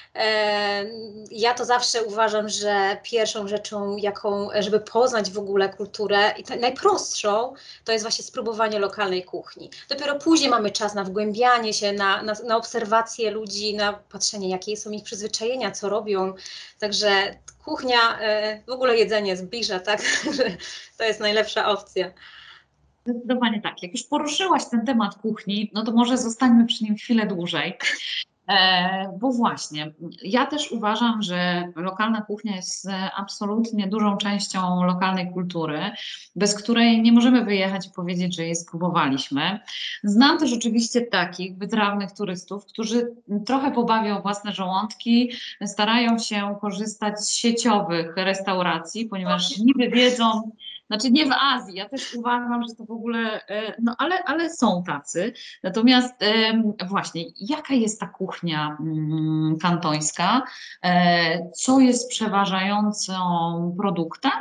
e, ja to zawsze uważam, że pierwszą rzeczą, jaką, żeby poznać w ogóle kulturę i te, najprostszą, to jest właśnie spróbowanie lokalnej kuchni. Dopiero później mamy czas na wgłębianie się, na, na, na obserwację ludzi, na patrzenie, jakie są ich przyzwyczajenia, co robią. Także kuchnia, e, w ogóle jedzenie zbliża, tak? To jest najlepsza opcja. Zdecydowanie tak. Jak już poruszyłaś ten temat kuchni, no to może zostańmy przy nim chwilę dłużej. E, bo właśnie, ja też uważam, że lokalna kuchnia jest absolutnie dużą częścią lokalnej kultury, bez której nie możemy wyjechać i powiedzieć, że jej spróbowaliśmy. Znam też oczywiście takich wytrawnych turystów, którzy trochę pobawią własne żołądki, starają się korzystać z sieciowych restauracji, ponieważ niby wiedzą, znaczy nie w Azji, ja też uważam, że to w ogóle, no ale, ale są tacy. Natomiast właśnie, jaka jest ta kuchnia mm, kantońska? E, Co jest przeważającą produktem?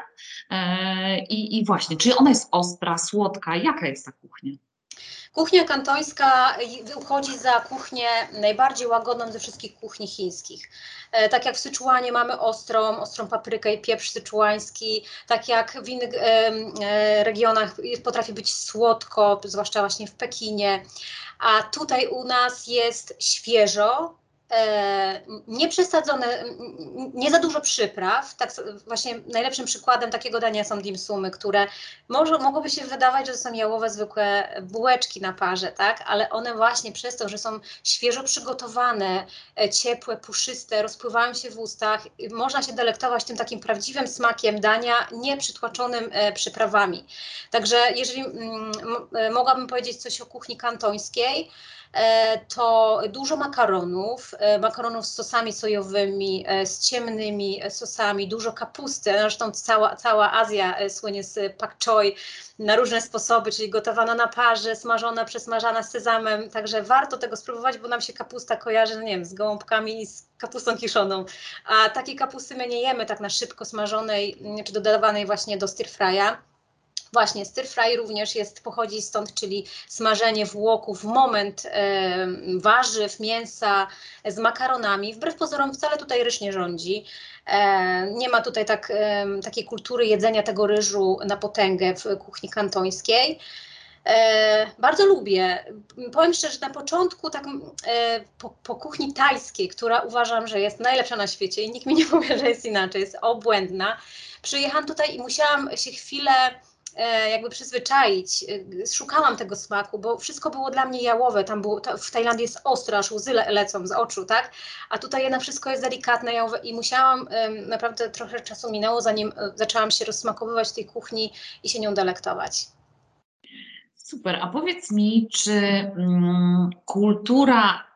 E, I, I właśnie, czy ona jest ostra, słodka? Jaka jest ta kuchnia? Kuchnia kantońska uchodzi za kuchnię najbardziej łagodną ze wszystkich kuchni chińskich. E, tak jak w Syczuanie mamy ostrą, ostrą paprykę i pieprz syczuański, tak jak w innych e, e, regionach potrafi być słodko, zwłaszcza właśnie w Pekinie, a tutaj u nas jest świeżo, e, nie przesadzone, nie za dużo przypraw. Tak, właśnie najlepszym przykładem takiego dania są dim sumy, które może, mogłoby się wydawać, że to są jałowe zwykłe bułeczki na parze, tak? Ale one właśnie przez to, że są świeżo przygotowane, e, ciepłe, puszyste, rozpływają się w ustach, można się delektować tym takim prawdziwym smakiem dania, nie przytłoczonym e, przyprawami. Także jeżeli mm, m, mogłabym powiedzieć coś o kuchni kantońskiej, to dużo makaronów, makaronów z sosami sojowymi, z ciemnymi sosami, dużo kapusty. Zresztą cała, cała Azja słynie z pak choi na różne sposoby, czyli gotowana na parze, smażona, przesmażana z sezamem. Także warto tego spróbować, bo nam się kapusta kojarzy, no nie wiem, z gołąbkami i z kapustą kiszoną. A takiej kapusty my nie jemy tak na szybko smażonej, czy dodawanej właśnie do stir fry'a. Właśnie, stir fry również jest, pochodzi stąd, czyli smażenie włoków w moment e, warzyw, mięsa z makaronami. Wbrew pozorom wcale tutaj ryż nie rządzi. E, nie ma tutaj tak, e, takiej kultury jedzenia tego ryżu na potęgę w kuchni kantońskiej. E, bardzo lubię. Powiem szczerze, że na początku tak, e, po, po kuchni tajskiej, która uważam, że jest najlepsza na świecie i nikt mi nie powie, że jest inaczej, jest obłędna. Przyjechałam tutaj i musiałam się chwilę jakby przyzwyczaić. Szukałam tego smaku, bo wszystko było dla mnie jałowe. Tam było, w Tajlandii jest ostro, aż łzy le, lecą z oczu, tak? A tutaj jednak wszystko jest delikatne, jałowe i musiałam, naprawdę trochę czasu minęło, zanim zaczęłam się rozsmakowywać w tej kuchni i się nią delektować. Super, a powiedz mi, czy mm, kultura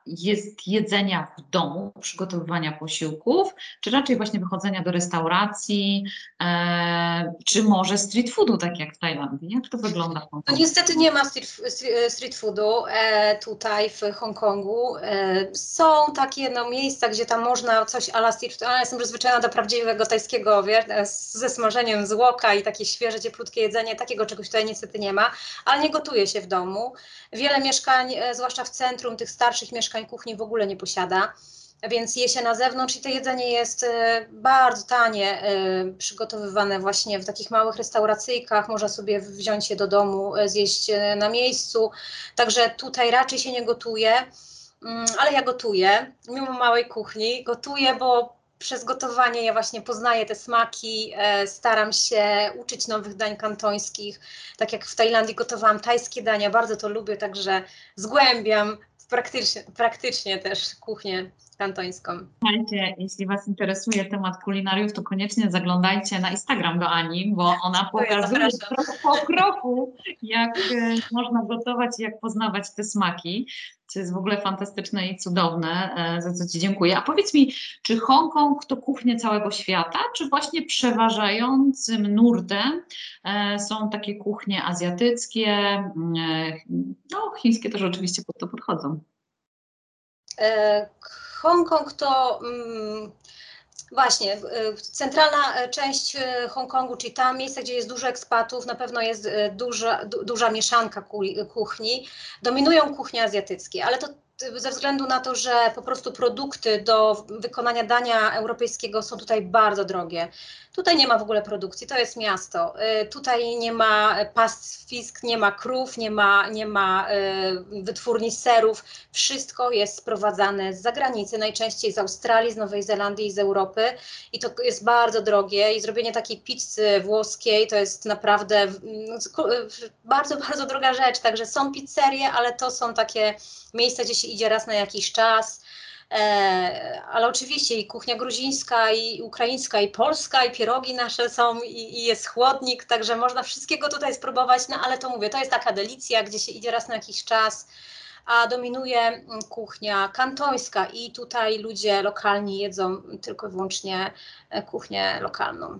jest jedzenia w domu, przygotowywania posiłków, czy raczej właśnie wychodzenia do restauracji, e, czy może street foodu, tak jak w Tajlandii? Jak to wygląda w No Hongkongu? niestety nie ma street, street foodu e, tutaj w Hongkongu. E, są takie no, miejsca, gdzie tam można coś a la street food, ale jestem przyzwyczajona do prawdziwego tajskiego, wiesz, ze smażeniem z łoka i takie świeże, cieplutkie jedzenie. Takiego czegoś tutaj niestety nie ma, ale nie gotuje się w domu. Wiele mieszkań, e, zwłaszcza w centrum, tych starszych mieszkań, kuchni w ogóle nie posiada. Więc je się na zewnątrz i to jedzenie jest e, bardzo tanie, e, przygotowywane właśnie w takich małych restauracyjkach. Można sobie wziąć je do domu, e, zjeść e, na miejscu. Także tutaj raczej się nie gotuje, mm, ale ja gotuję, mimo małej kuchni. Gotuję, bo przez gotowanie ja właśnie poznaję te smaki, e, staram się uczyć nowych dań kantońskich. Tak jak w Tajlandii gotowałam tajskie dania, bardzo to lubię, także zgłębiam praktycznie, praktycznie też kuchnię kantońską. Słuchajcie, jeśli Was interesuje temat kulinariów, to koniecznie zaglądajcie na Instagram do Ani, bo ona Dziękuję, pokazuje zapraszam. krok po kroku, jak e, można gotować i jak poznawać te smaki, co jest w ogóle fantastyczne i cudowne, e, za co Ci dziękuję. A powiedz mi, czy Hongkong to kuchnia całego świata, czy właśnie przeważającym nurtem e, są takie kuchnie azjatyckie, mm, e, no chińskie też oczywiście pod to podchodzą? E, Hongkong to mm, właśnie e, centralna e, część e, Hongkongu, czyli tam miejsce, gdzie jest dużo ekspatów, na pewno jest e, duża, du, duża mieszanka kuli- kuchni. Dominują kuchnie azjatyckie, ale to t- ze względu na to, że po prostu produkty do wykonania dania europejskiego są tutaj bardzo drogie. Tutaj nie ma w ogóle produkcji, to jest miasto. Y, Tutaj nie ma pastwisk, nie ma krów, nie ma, nie ma y, wytwórni serów. Wszystko jest sprowadzane z zagranicy, najczęściej z Australii, z Nowej Zelandii i z Europy. I to jest bardzo drogie. I zrobienie takiej pizzy włoskiej to jest naprawdę mm, sko- y, bardzo, bardzo droga rzecz. Także są pizzerie, ale to są takie miejsca, gdzie się idzie raz na jakiś czas. E, ale oczywiście i kuchnia gruzińska, i ukraińska, i polska, i pierogi nasze są, i, i jest chłodnik, także można wszystkiego tutaj spróbować, no ale to mówię, to jest taka delicja, gdzie się idzie raz na jakiś czas, a dominuje mm, kuchnia kantońska i tutaj ludzie lokalni jedzą tylko i wyłącznie e, kuchnię lokalną.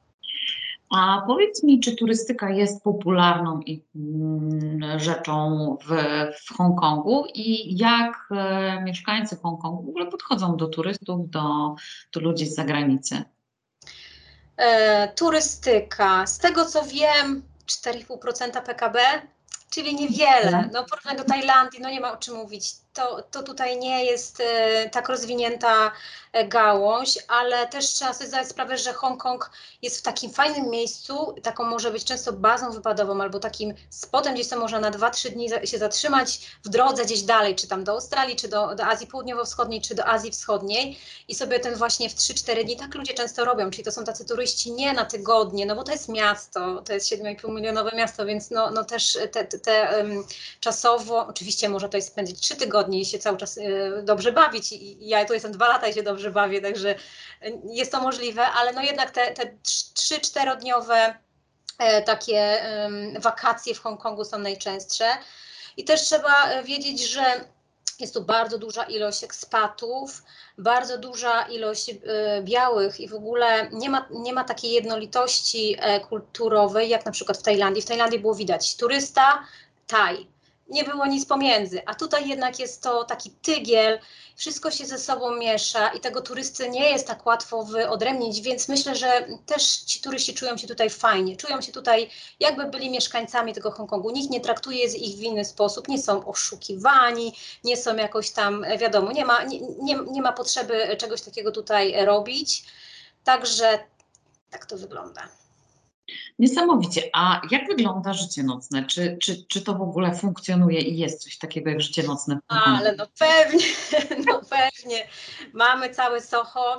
A powiedz mi, czy turystyka jest popularną i, mm, rzeczą w, w Hongkongu i jak e, mieszkańcy Hongkongu w ogóle podchodzą do turystów, do, do ludzi z zagranicy? E, turystyka, z tego co wiem, cztery i pół procent P K B, czyli niewiele. No, w porównaniu do Tajlandii, no nie ma o czym mówić. To, to tutaj nie jest e, tak rozwinięta e, gałąź, ale też trzeba sobie zdać sprawę, że Hongkong jest w takim fajnym miejscu, taką może być często bazą wypadową albo takim spotem, gdzie sobie można na dwa trzy dni za, się zatrzymać w drodze gdzieś dalej, czy tam do Australii, czy do, do Azji Południowo-Wschodniej, czy do Azji Wschodniej i sobie ten właśnie w trzy cztery dni, tak ludzie często robią, czyli to są tacy turyści nie na tygodnie, no bo to jest miasto, to jest siedem i pół milionowe miasto, więc no, no też te, te, te um, czasowo, oczywiście można tutaj spędzić trzy tygodnie i się cały czas y, dobrze bawić i, i ja tu jestem dwa lata i się dobrze bawię, także y, jest to możliwe, ale no jednak te, te trzy czterodniowe e, takie um, wakacje w Hongkongu są najczęstsze i też trzeba wiedzieć, że jest tu bardzo duża ilość ekspatów, bardzo duża ilość y, białych i w ogóle nie ma, nie ma takiej jednolitości e, kulturowej jak na przykład w Tajlandii. W Tajlandii było widać turysta, Taj. Nie było nic pomiędzy, a tutaj jednak jest to taki tygiel, wszystko się ze sobą miesza i tego turysty nie jest tak łatwo wyodrębnić, więc myślę, że też ci turyści czują się tutaj fajnie, czują się tutaj jakby byli mieszkańcami tego Hongkongu. Nikt nie traktuje ich w inny sposób, nie są oszukiwani, nie są jakoś tam, wiadomo, nie ma, nie, nie, nie ma potrzeby czegoś takiego tutaj robić. Także tak to wygląda. Niesamowicie. A jak wygląda życie nocne? Czy, czy, czy to w ogóle funkcjonuje i jest coś takiego jak życie nocne w Hongkongu? Ale no pewnie, no pewnie. Mamy całe Soho.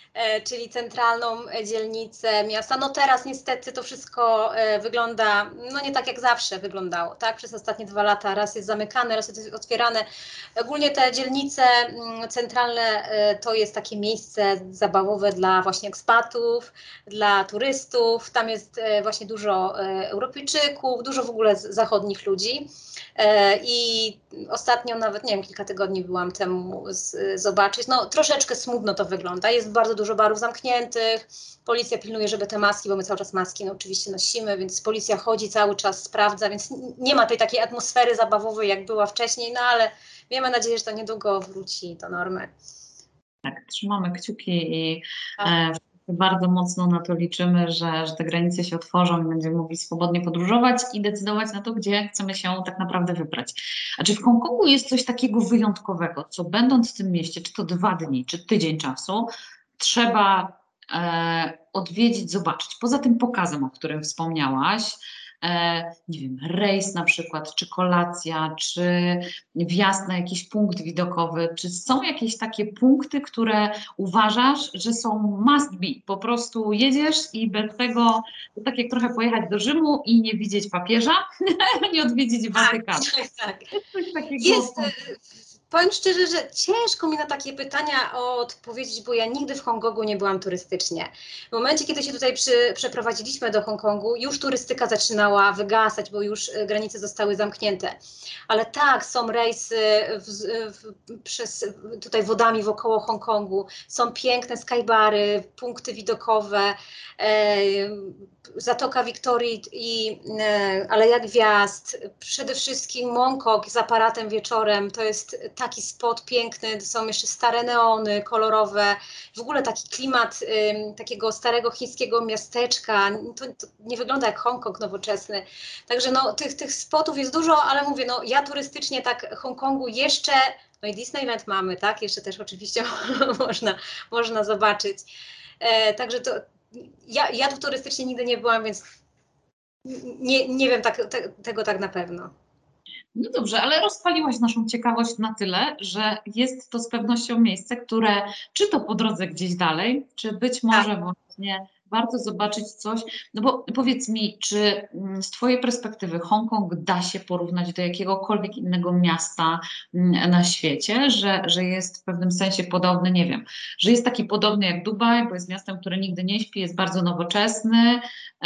czyli centralną dzielnicę miasta. No teraz niestety to wszystko wygląda, no nie tak jak zawsze wyglądało, tak? Przez ostatnie dwa lata raz jest zamykane, raz jest otwierane. Ogólnie te dzielnice centralne to jest takie miejsce zabawowe dla właśnie ekspatów, dla turystów. Tam jest właśnie dużo Europejczyków, dużo w ogóle zachodnich ludzi. I ostatnio nawet, nie wiem, kilka tygodni byłam temu z, zobaczyć. No troszeczkę smutno to wygląda. Jest bardzo dużo barów zamkniętych. Policja pilnuje, żeby te maski, bo my cały czas maski no, oczywiście nosimy, więc policja chodzi cały czas, sprawdza, więc nie ma tej takiej atmosfery zabawowej, jak była wcześniej, no ale miejmy nadzieję, że to niedługo wróci do normy. Tak, trzymamy kciuki i e, bardzo mocno na to liczymy, że, że te granice się otworzą i będziemy mogli swobodnie podróżować i decydować na to, gdzie chcemy się tak naprawdę wybrać. A czy w Hongkongu jest coś takiego wyjątkowego, co będąc w tym mieście, czy to dwa dni, czy tydzień czasu, trzeba e, odwiedzić, zobaczyć? Poza tym pokazem, o którym wspomniałaś, e, nie wiem, rejs na przykład, czy kolacja, czy wjazd na jakiś punkt widokowy, czy są jakieś takie punkty, które uważasz, że są must be? Po prostu jedziesz i bez tego, to tak jak trochę pojechać do Rzymu i nie widzieć papieża, nie odwiedzić Watykanu. Tak, tak. Jest coś takiego. Jest, powiem szczerze, że ciężko mi na takie pytania odpowiedzieć, bo ja nigdy w Hongkongu nie byłam turystycznie. W momencie, kiedy się tutaj przy, przeprowadziliśmy do Hongkongu, już turystyka zaczynała wygasać, bo już granice zostały zamknięte. Ale tak, są rejsy w, w, przez, tutaj wodami wokoło Hongkongu, są piękne skybary, punkty widokowe, e, Zatoka Wiktorii i e, Aleja Gwiazd, przede wszystkim Mongkok z aparatem wieczorem, to jest taki spot piękny, są jeszcze stare neony kolorowe, w ogóle taki klimat y, takiego starego chińskiego miasteczka, to, to nie wygląda jak Hongkong nowoczesny, także no tych, tych spotów jest dużo, ale mówię, no ja turystycznie tak Hongkongu jeszcze, no i Disneyland mamy, tak, jeszcze też oczywiście można, można zobaczyć, e, także to ja, ja tu turystycznie nigdy nie byłam, więc nie, nie wiem tak, te, tego tak na pewno. No dobrze, ale rozpaliłaś naszą ciekawość na tyle, że jest to z pewnością miejsce, które czy to po drodze gdzieś dalej, czy być może Tak. właśnie warto zobaczyć coś. No bo powiedz mi, czy mm, z Twojej perspektywy Hongkong da się porównać do jakiegokolwiek innego miasta mm, na świecie, że, że jest w pewnym sensie podobny, nie wiem, że jest taki podobny jak Dubaj, bo jest miastem, które nigdy nie śpi, jest bardzo nowoczesny.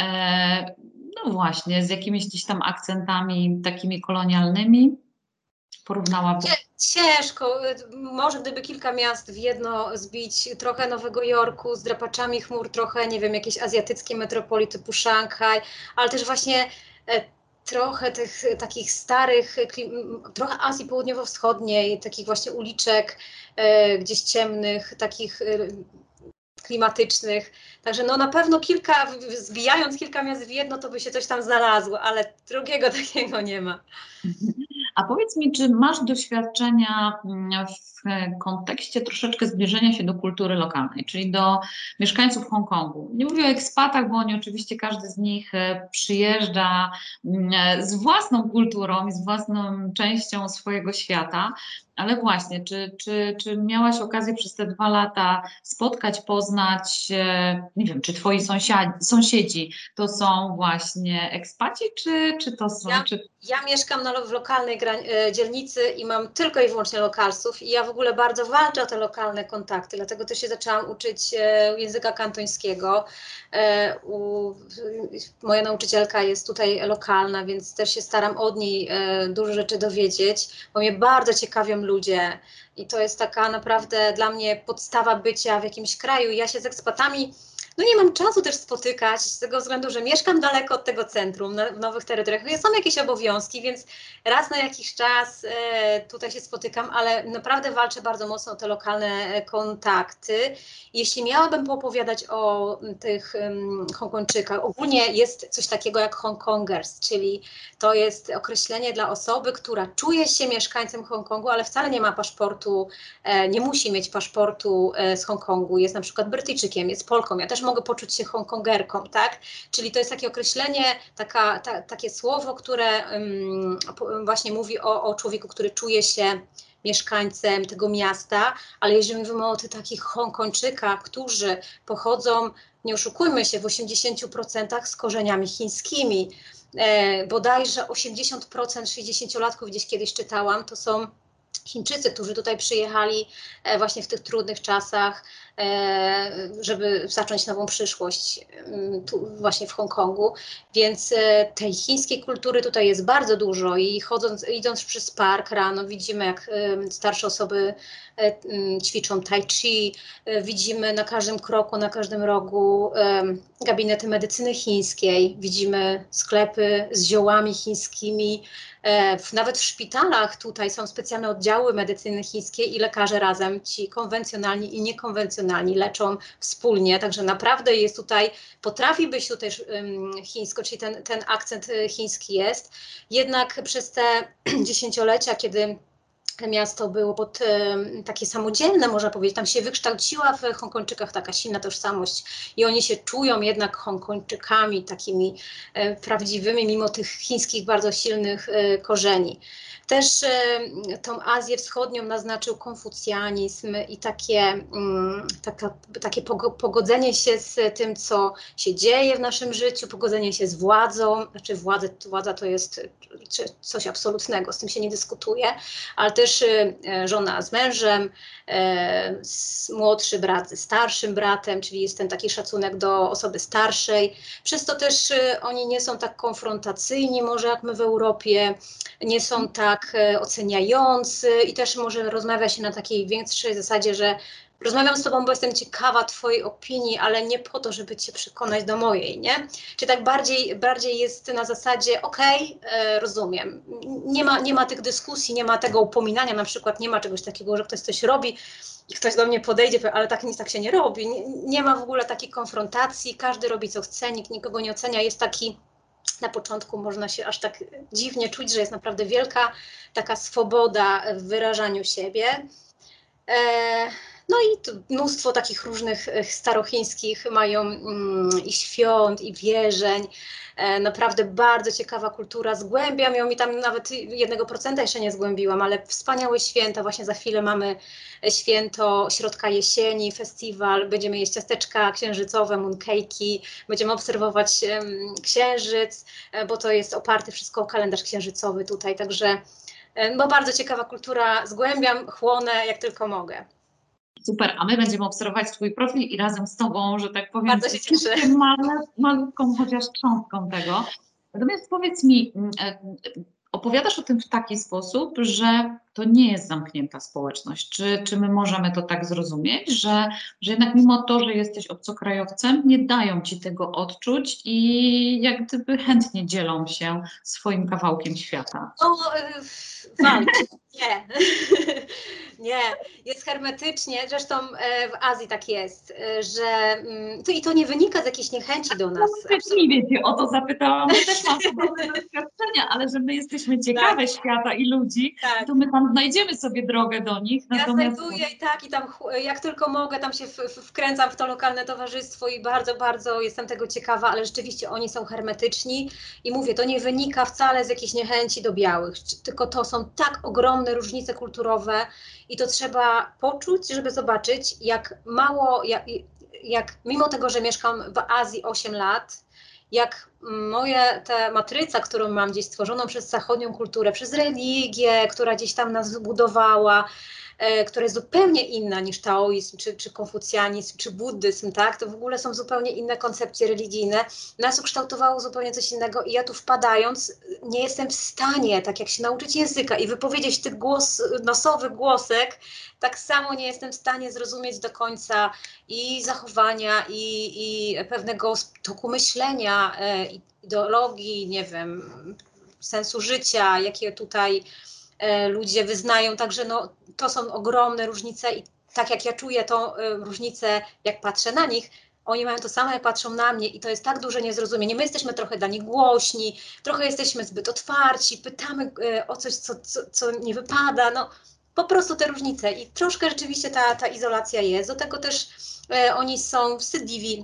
E, no właśnie, z jakimiś gdzieś tam akcentami takimi kolonialnymi porównałabym. Ciężko, może gdyby kilka miast w jedno zbić, trochę Nowego Jorku z drapaczami chmur, trochę, nie wiem, jakieś azjatyckie metropolii typu Szanghaj, ale też właśnie e, trochę tych takich starych, trochę Azji Południowo-Wschodniej, takich właśnie uliczek e, gdzieś ciemnych, takich e, klimatycznych. Także no na pewno kilka, zbijając kilka miast w jedno, to by się coś tam znalazło, ale drugiego takiego nie ma. A powiedz mi, czy masz doświadczenia w kontekście troszeczkę zbliżenia się do kultury lokalnej, czyli do mieszkańców Hongkongu? Nie mówię o ekspatach, bo oni oczywiście, każdy z nich przyjeżdża z własną kulturą i z własną częścią swojego świata, ale właśnie, czy, czy, czy miałaś okazję przez te dwa lata spotkać, poznać, nie wiem, czy twoi sąsiadzi, sąsiedzi to są właśnie ekspaci, czy, czy to są... Ja, Czy... ja mieszkam na, w lokalnej e, dzielnicy i mam tylko i wyłącznie lokalsów i ja w ogóle bardzo walczę o te lokalne kontakty, dlatego też się zaczęłam uczyć e, języka kantońskiego. E, u, moja nauczycielka jest tutaj lokalna, więc też się staram od niej e, dużo rzeczy dowiedzieć, bo mnie bardzo ciekawią ludzie i to jest taka naprawdę dla mnie podstawa bycia w jakimś kraju. Ja się z ekspatami no nie mam czasu też spotykać z tego względu, że mieszkam daleko od tego centrum, na, w nowych terytoriach. Są jakieś obowiązki, więc raz na jakiś czas e, tutaj się spotykam, ale naprawdę walczę bardzo mocno o te lokalne kontakty. Jeśli miałabym poopowiadać o tych um, Hongkończykach, ogólnie jest coś takiego jak Hongkongers, czyli to jest określenie dla osoby, która czuje się mieszkańcem Hongkongu, ale wcale nie ma paszportu, e, nie musi mieć paszportu e, z Hongkongu, jest na przykład Brytyjczykiem, jest Polką. Ja też mogę poczuć się Hongkongerką, tak? Czyli to jest takie określenie, taka, ta, takie słowo, które um, właśnie mówi o, o człowieku, który czuje się mieszkańcem tego miasta, ale jeżeli mówimy o tych takich Hongkończykach, którzy pochodzą, nie oszukujmy się, w osiemdziesięciu procentach z korzeniami chińskimi. E, bodajże osiemdziesiąt procent sześćdziesięciolatków, gdzieś kiedyś czytałam, to są Chińczycy, którzy tutaj przyjechali e, właśnie w tych trudnych czasach, e, żeby zacząć nową przyszłość m, tu właśnie w Hongkongu. Więc e, tej chińskiej kultury tutaj jest bardzo dużo i chodząc, idąc przez park rano widzimy, jak e, starsze osoby e, m, ćwiczą tai chi, e, widzimy na każdym kroku, na każdym rogu e, gabinety medycyny chińskiej, widzimy sklepy z ziołami chińskimi. E, w, nawet w szpitalach tutaj są specjalne oddziały medycyny chińskiej i lekarze razem, ci konwencjonalni i niekonwencjonalni, leczą wspólnie, także naprawdę jest tutaj, potrafi być tutaj um, chińsko, czyli ten, ten akcent chiński jest, jednak przez te dziesięciolecia, kiedy miasto było pod, um, takie samodzielne, można powiedzieć, tam się wykształciła w Hongkończykach taka silna tożsamość i oni się czują jednak Hongkończykami takimi e, prawdziwymi, mimo tych chińskich bardzo silnych e, korzeni. Też e, tą Azję Wschodnią naznaczył konfucjanizm i takie, mm, taka, takie pogodzenie się z tym, co się dzieje w naszym życiu, pogodzenie się z władzą, znaczy władza, władza to jest coś absolutnego, z tym się nie dyskutuje, ale też e, żona z mężem, e, młodszy brat ze starszym bratem, czyli jest ten taki szacunek do osoby starszej. Przez to też e, oni nie są tak konfrontacyjni może jak my w Europie, nie są tak e, oceniający i też może rozmawia się na takiej większej zasadzie, że rozmawiam z tobą, bo jestem ciekawa twojej opinii, ale nie po to, żeby cię przekonać do mojej, nie? Czy tak bardziej, bardziej jest na zasadzie, okej, okay, rozumiem, nie ma, nie ma tych dyskusji, nie ma tego upominania, na przykład nie ma czegoś takiego, że ktoś coś robi i ktoś do mnie podejdzie, ale tak nic tak się nie robi. Nie, nie ma w ogóle takiej konfrontacji, każdy robi co chce, nikt nikogo nie ocenia, jest taki. Na początku można się aż tak dziwnie czuć, że jest naprawdę wielka taka swoboda w wyrażaniu siebie. E, no i mnóstwo takich różnych starochińskich mają mm, i świąt, i wierzeń. E, naprawdę bardzo ciekawa kultura. Zgłębiam ją i tam nawet jednego procenta jeszcze nie zgłębiłam, ale wspaniałe święta. Właśnie za chwilę mamy święto środka jesieni, festiwal. Będziemy jeść ciasteczka księżycowe, mooncake'i. Będziemy obserwować um, księżyc, bo to jest oparte wszystko o kalendarz księżycowy tutaj. Także bo bardzo ciekawa kultura, zgłębiam, chłonę jak tylko mogę. Super, a my będziemy obserwować twój profil i razem z tobą, że tak powiem, bardzo się cieszę. malutką chociaż cząstką tego. Natomiast powiedz mi, opowiadasz o tym w taki sposób, że to nie jest zamknięta społeczność. Czy, czy my możemy to tak zrozumieć, że, że jednak mimo to, że jesteś obcokrajowcem, nie dają ci tego odczuć i jak gdyby chętnie dzielą się swoim kawałkiem świata? O, walcz, nie. Nie, jest hermetycznie, zresztą w Azji tak jest, że to i to nie wynika z jakiejś niechęci do nas. Nie wiecie, o to zapytałam, my też mamy podobne doświadczenia, ale że my jesteśmy ciekawe tak. świata i ludzi, tak. to my tam znajdziemy sobie drogę do nich. Ja natomiast... znajduję i tak, i tam jak tylko mogę, tam się w, w, wkręcam w to lokalne towarzystwo i bardzo, bardzo jestem tego ciekawa, ale rzeczywiście oni są hermetyczni i mówię, to nie wynika wcale z jakiejś niechęci do białych, tylko to są tak ogromne różnice kulturowe i to trzeba poczuć, żeby zobaczyć, jak mało, jak, jak mimo tego, że mieszkam w Azji osiem lat, jak moja ta matryca, którą mam gdzieś stworzoną przez zachodnią kulturę, przez religię, która gdzieś tam nas zbudowała, e, która jest zupełnie inna niż taoizm, czy, czy konfucjanizm, czy buddyzm, tak? To w ogóle są zupełnie inne koncepcje religijne. Nas ukształtowało zupełnie coś innego i ja tu wpadając nie jestem w stanie, tak jak się nauczyć języka i wypowiedzieć tych głos, nosowych głosek, tak samo nie jestem w stanie zrozumieć do końca i zachowania, i, i pewnego toku myślenia, e, ideologii, nie wiem, sensu życia, jakie tutaj e, ludzie wyznają. Także no, to są ogromne różnice i tak jak ja czuję tą e, różnicę, jak patrzę na nich, oni mają to samo, jak patrzą na mnie i to jest tak duże niezrozumienie. My jesteśmy trochę dla nich głośni, trochę jesteśmy zbyt otwarci, pytamy e, o coś, co, co, co nie wypada, no po prostu te różnice i troszkę rzeczywiście ta, ta izolacja jest. Do tego też e, oni są wstydliwi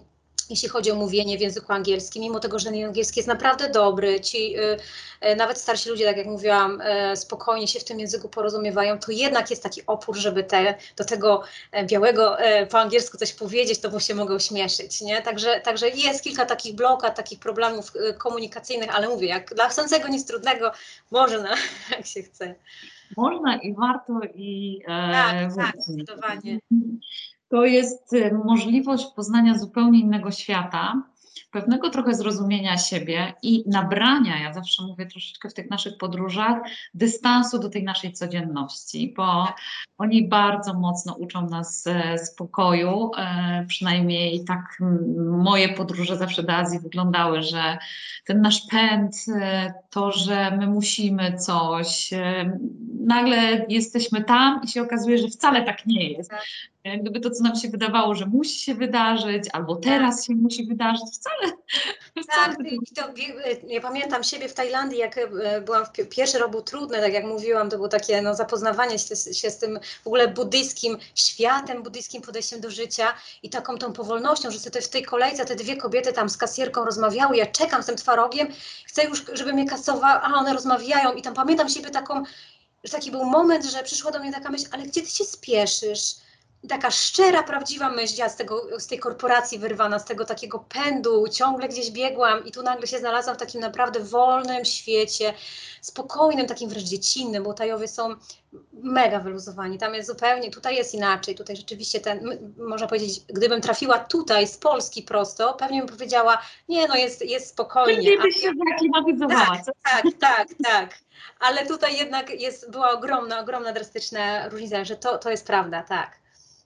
jeśli chodzi o mówienie w języku angielskim, mimo tego, że angielski jest naprawdę dobry, ci y, y, nawet starsi ludzie, tak jak mówiłam, y, spokojnie się w tym języku porozumiewają, to jednak jest taki opór, żeby te, do tego e, białego e, po angielsku coś powiedzieć, to bo się mogą śmieszyć, nie? Także, także jest kilka takich blokad, takich problemów y, komunikacyjnych, ale mówię, jak dla chcącego nic trudnego, można, jak się chce. Można i warto i Tak, e, tak, właśnie. zdecydowanie. To jest e, możliwość poznania zupełnie innego świata, pewnego trochę zrozumienia siebie i nabrania, ja zawsze mówię troszeczkę w tych naszych podróżach, dystansu do tej naszej codzienności, bo oni bardzo mocno uczą nas e, spokoju, e, przynajmniej tak m, moje podróże zawsze do Azji wyglądały, że ten nasz pęd, e, to, że my musimy coś, e, nagle jesteśmy tam i się okazuje, że wcale tak nie jest. Tak. Jak gdyby to, co nam się wydawało, że musi się wydarzyć, albo teraz się musi wydarzyć, wcale, wcale Tak, to i to, ja pamiętam siebie w Tajlandii, jak e, byłam, w, pierwszy rok był trudny, tak jak mówiłam, to było takie no, zapoznawanie się, się z tym w ogóle buddyjskim światem, buddyjskim podejściem do życia i taką tą powolnością, że sobie w tej kolejce te dwie kobiety tam z kasjerką rozmawiały, ja czekam z tym twarogiem, chcę już, żeby mnie kasował, a one rozmawiają i tam pamiętam siebie taką, że taki był moment, że przyszła do mnie taka myśl, ale gdzie ty się spieszysz? I taka szczera, prawdziwa myśl, ja z, tego, z tej korporacji wyrwana, z tego takiego pędu, ciągle gdzieś biegłam i tu nagle się znalazłam w takim naprawdę wolnym świecie, spokojnym, takim wręcz dziecinnym, bo Tajowie są mega wyluzowani, tam jest zupełnie, tutaj jest inaczej, tutaj rzeczywiście ten, można powiedzieć, gdybym trafiła tutaj z Polski prosto, pewnie bym powiedziała, nie no jest, jest spokojnie. szybciej byś się zaklimatyzowała. Tak, Co? tak, tak, tak. Ale tutaj jednak jest, była ogromna, ogromna, drastyczna różnica, że to, to jest prawda, tak.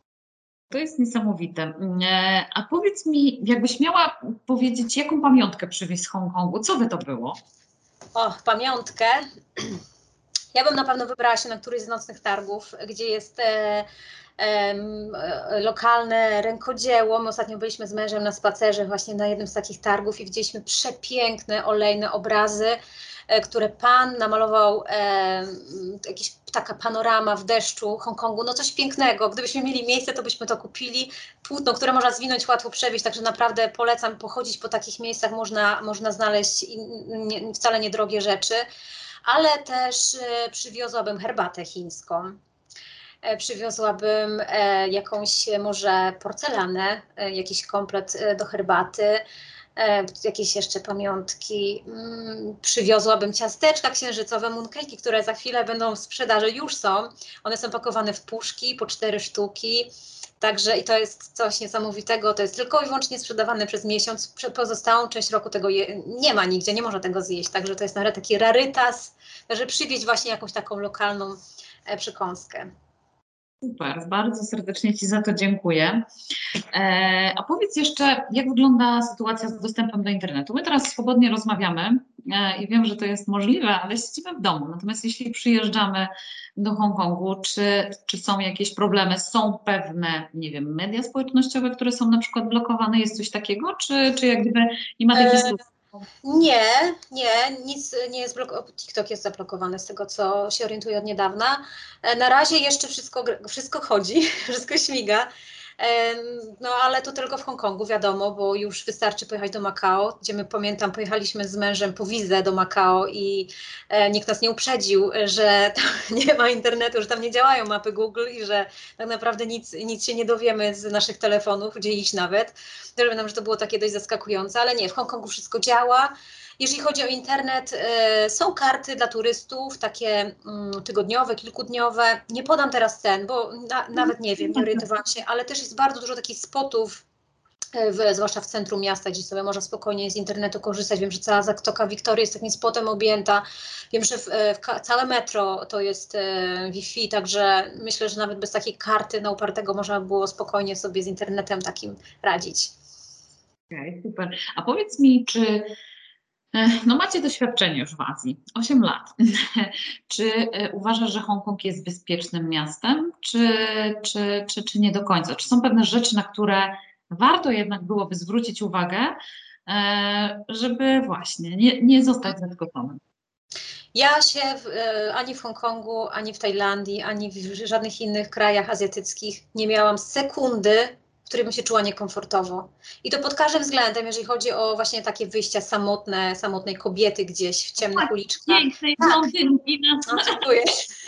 To jest niesamowite. E, A powiedz mi, jakbyś miała powiedzieć, jaką pamiątkę przywieźć z Hongkongu, co by to było? O, pamiątkę. Ja bym na pewno wybrała się na któryś z nocnych targów, gdzie jest e, e, lokalne rękodzieło. My ostatnio byliśmy z mężem na spacerze właśnie na jednym z takich targów i widzieliśmy przepiękne, olejne obrazy, e, które pan namalował, e, jakiś taka panorama w deszczu Hongkongu, no coś pięknego. Gdybyśmy mieli miejsce, to byśmy to kupili. Płótno, które można zwinąć, łatwo przewieźć, także naprawdę polecam pochodzić po takich miejscach, można, można znaleźć nie, wcale niedrogie rzeczy. Ale też e, przywiozłabym herbatę chińską. E, przywiozłabym e, jakąś e, może porcelanę, e, jakiś komplet e, do herbaty, e, jakieś jeszcze pamiątki. Mm, przywiozłabym ciasteczka księżycowe, mooncakey, które za chwilę będą w sprzedaży, już są. One są pakowane w puszki po cztery sztuki. Także i to jest coś niesamowitego, to jest tylko i wyłącznie sprzedawane przez miesiąc, przez pozostałą część roku tego je, nie ma nigdzie, nie można tego zjeść, także to jest nawet taki rarytas, że przywieźć właśnie jakąś taką lokalną e, przekąskę. Super, bardzo serdecznie Ci za to dziękuję. E, a powiedz jeszcze, jak wygląda sytuacja z dostępem do internetu? My teraz swobodnie rozmawiamy e, i wiem, że to jest możliwe, ale siedzimy w domu. Natomiast jeśli przyjeżdżamy do Hongkongu, czy, czy są jakieś problemy? Są pewne, nie wiem, media społecznościowe, które są na przykład blokowane? Jest coś takiego? Czy, czy jak gdyby nie ma takiej E, sytuacji? nie, nie, nic nie jest blokowane. TikTok jest zablokowany z tego, co się orientuję od niedawna. E, na razie jeszcze wszystko, wszystko chodzi, wszystko śmiga. E, no ale to tylko w Hongkongu, wiadomo, bo już wystarczy pojechać do Makao, gdzie my, pamiętam, pojechaliśmy z mężem po wizę do Makao i e, nikt nas nie uprzedził, że tam nie ma internetu, że tam nie działają mapy Google i że tak naprawdę nic, nic się nie dowiemy z naszych telefonów, gdzie iść nawet. Też pamiętam, że to było takie dość zaskakujące, ale nie, w Hongkongu wszystko działa. Jeżeli chodzi o internet, y, są karty dla turystów, takie mm, tygodniowe, kilkudniowe. Nie podam teraz cen, bo na, nawet nie wiem, nie orientowałam się, ale też jest bardzo dużo takich spotów, y, w, zwłaszcza w centrum miasta, gdzie sobie można spokojnie z internetu korzystać. Wiem, że cała Zatoka Wiktorii jest takim spotem objęta. Wiem, że w, w całe metro to jest y, Wi-Fi, także myślę, że nawet bez takiej karty na upartego można było spokojnie sobie z internetem takim radzić. Okej, super. A powiedz mi, czy e, no macie doświadczenie już w Azji, osiem lat. Czy e, uważasz, że Hongkong jest bezpiecznym miastem, czy, czy, czy, czy nie do końca? Czy są pewne rzeczy, na które warto jednak byłoby zwrócić uwagę, e, żeby właśnie nie, nie zostać zaskoczonym? Ja się w, e, ani w Hongkongu, ani w Tajlandii, ani w żadnych innych krajach azjatyckich nie miałam sekundy w której bym się czuła niekomfortowo. I to pod każdym względem, jeżeli chodzi o właśnie takie wyjścia samotne, samotnej kobiety gdzieś w ciemnych uliczkach. Pięknej Tak, blondynki na no, dziękuję.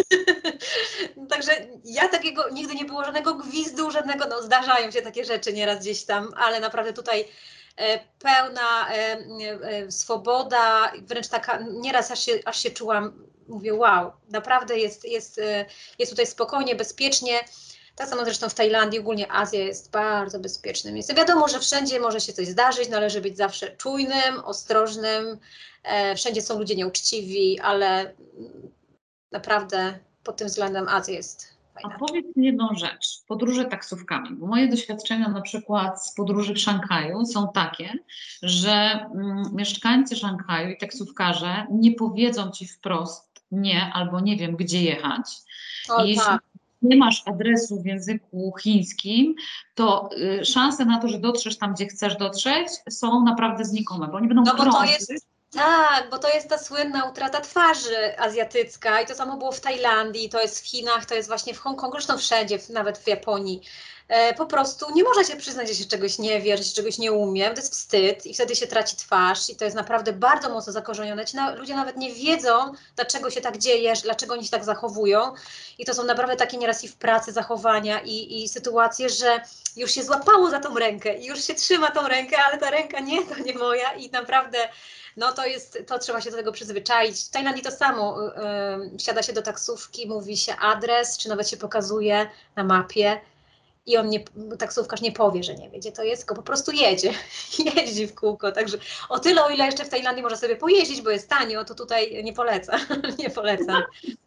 Także ja takiego, nigdy nie było żadnego gwizdu, żadnego, no zdarzają się takie rzeczy nieraz gdzieś tam, ale naprawdę tutaj e, pełna e, e, swoboda, wręcz taka, nieraz aż się, aż się czułam, mówię wow, naprawdę jest, jest, e, jest tutaj spokojnie, bezpiecznie. Tak samo zresztą w Tajlandii, ogólnie Azja jest bardzo bezpiecznym miejscem. Wiadomo, że wszędzie może się coś zdarzyć, należy być zawsze czujnym, ostrożnym, e, wszędzie są ludzie nieuczciwi, ale naprawdę pod tym względem Azja jest A fajna. powiedz mi jedną rzecz, podróże taksówkami, bo moje doświadczenia na przykład z podróży w Szanghaju są takie, że mm, mieszkańcy Szanghaju i taksówkarze nie powiedzą ci wprost nie albo nie wiem gdzie jechać. O, I jeśli tak. nie masz adresu w języku chińskim, to y, szanse na to, że dotrzesz tam, gdzie chcesz dotrzeć, są naprawdę znikome, bo oni będą No bo to krążyć. jest, tak, bo to jest ta słynna utrata twarzy azjatycka i to samo było w Tajlandii, to jest w Chinach, to jest właśnie w Hongkongu, zresztą wszędzie, nawet w Japonii. E, po prostu nie można się przyznać, że się czegoś nie wie, że się czegoś nie umie, to jest wstyd i wtedy się traci twarz i to jest naprawdę bardzo mocno zakorzenione. Ci na, ludzie nawet nie wiedzą, dlaczego się tak dzieje, dlaczego oni się tak zachowują i to są naprawdę takie nieraz i w pracy zachowania i, i sytuacje, że już się złapało za tą rękę i już się trzyma tą rękę, ale ta ręka nie, to nie moja i naprawdę no to jest, to trzeba się do tego przyzwyczaić. W Tajlandii to samo, yy, wsiada się do taksówki, mówi się adres, czy nawet się pokazuje na mapie i on nie, taksówkarz nie powie, że nie wie, gdzie to jest, tylko po prostu jedzie, jeździ w kółko, także o tyle, o ile jeszcze w Tajlandii można sobie pojeździć, bo jest tanio, to tutaj nie polecam, nie polecam.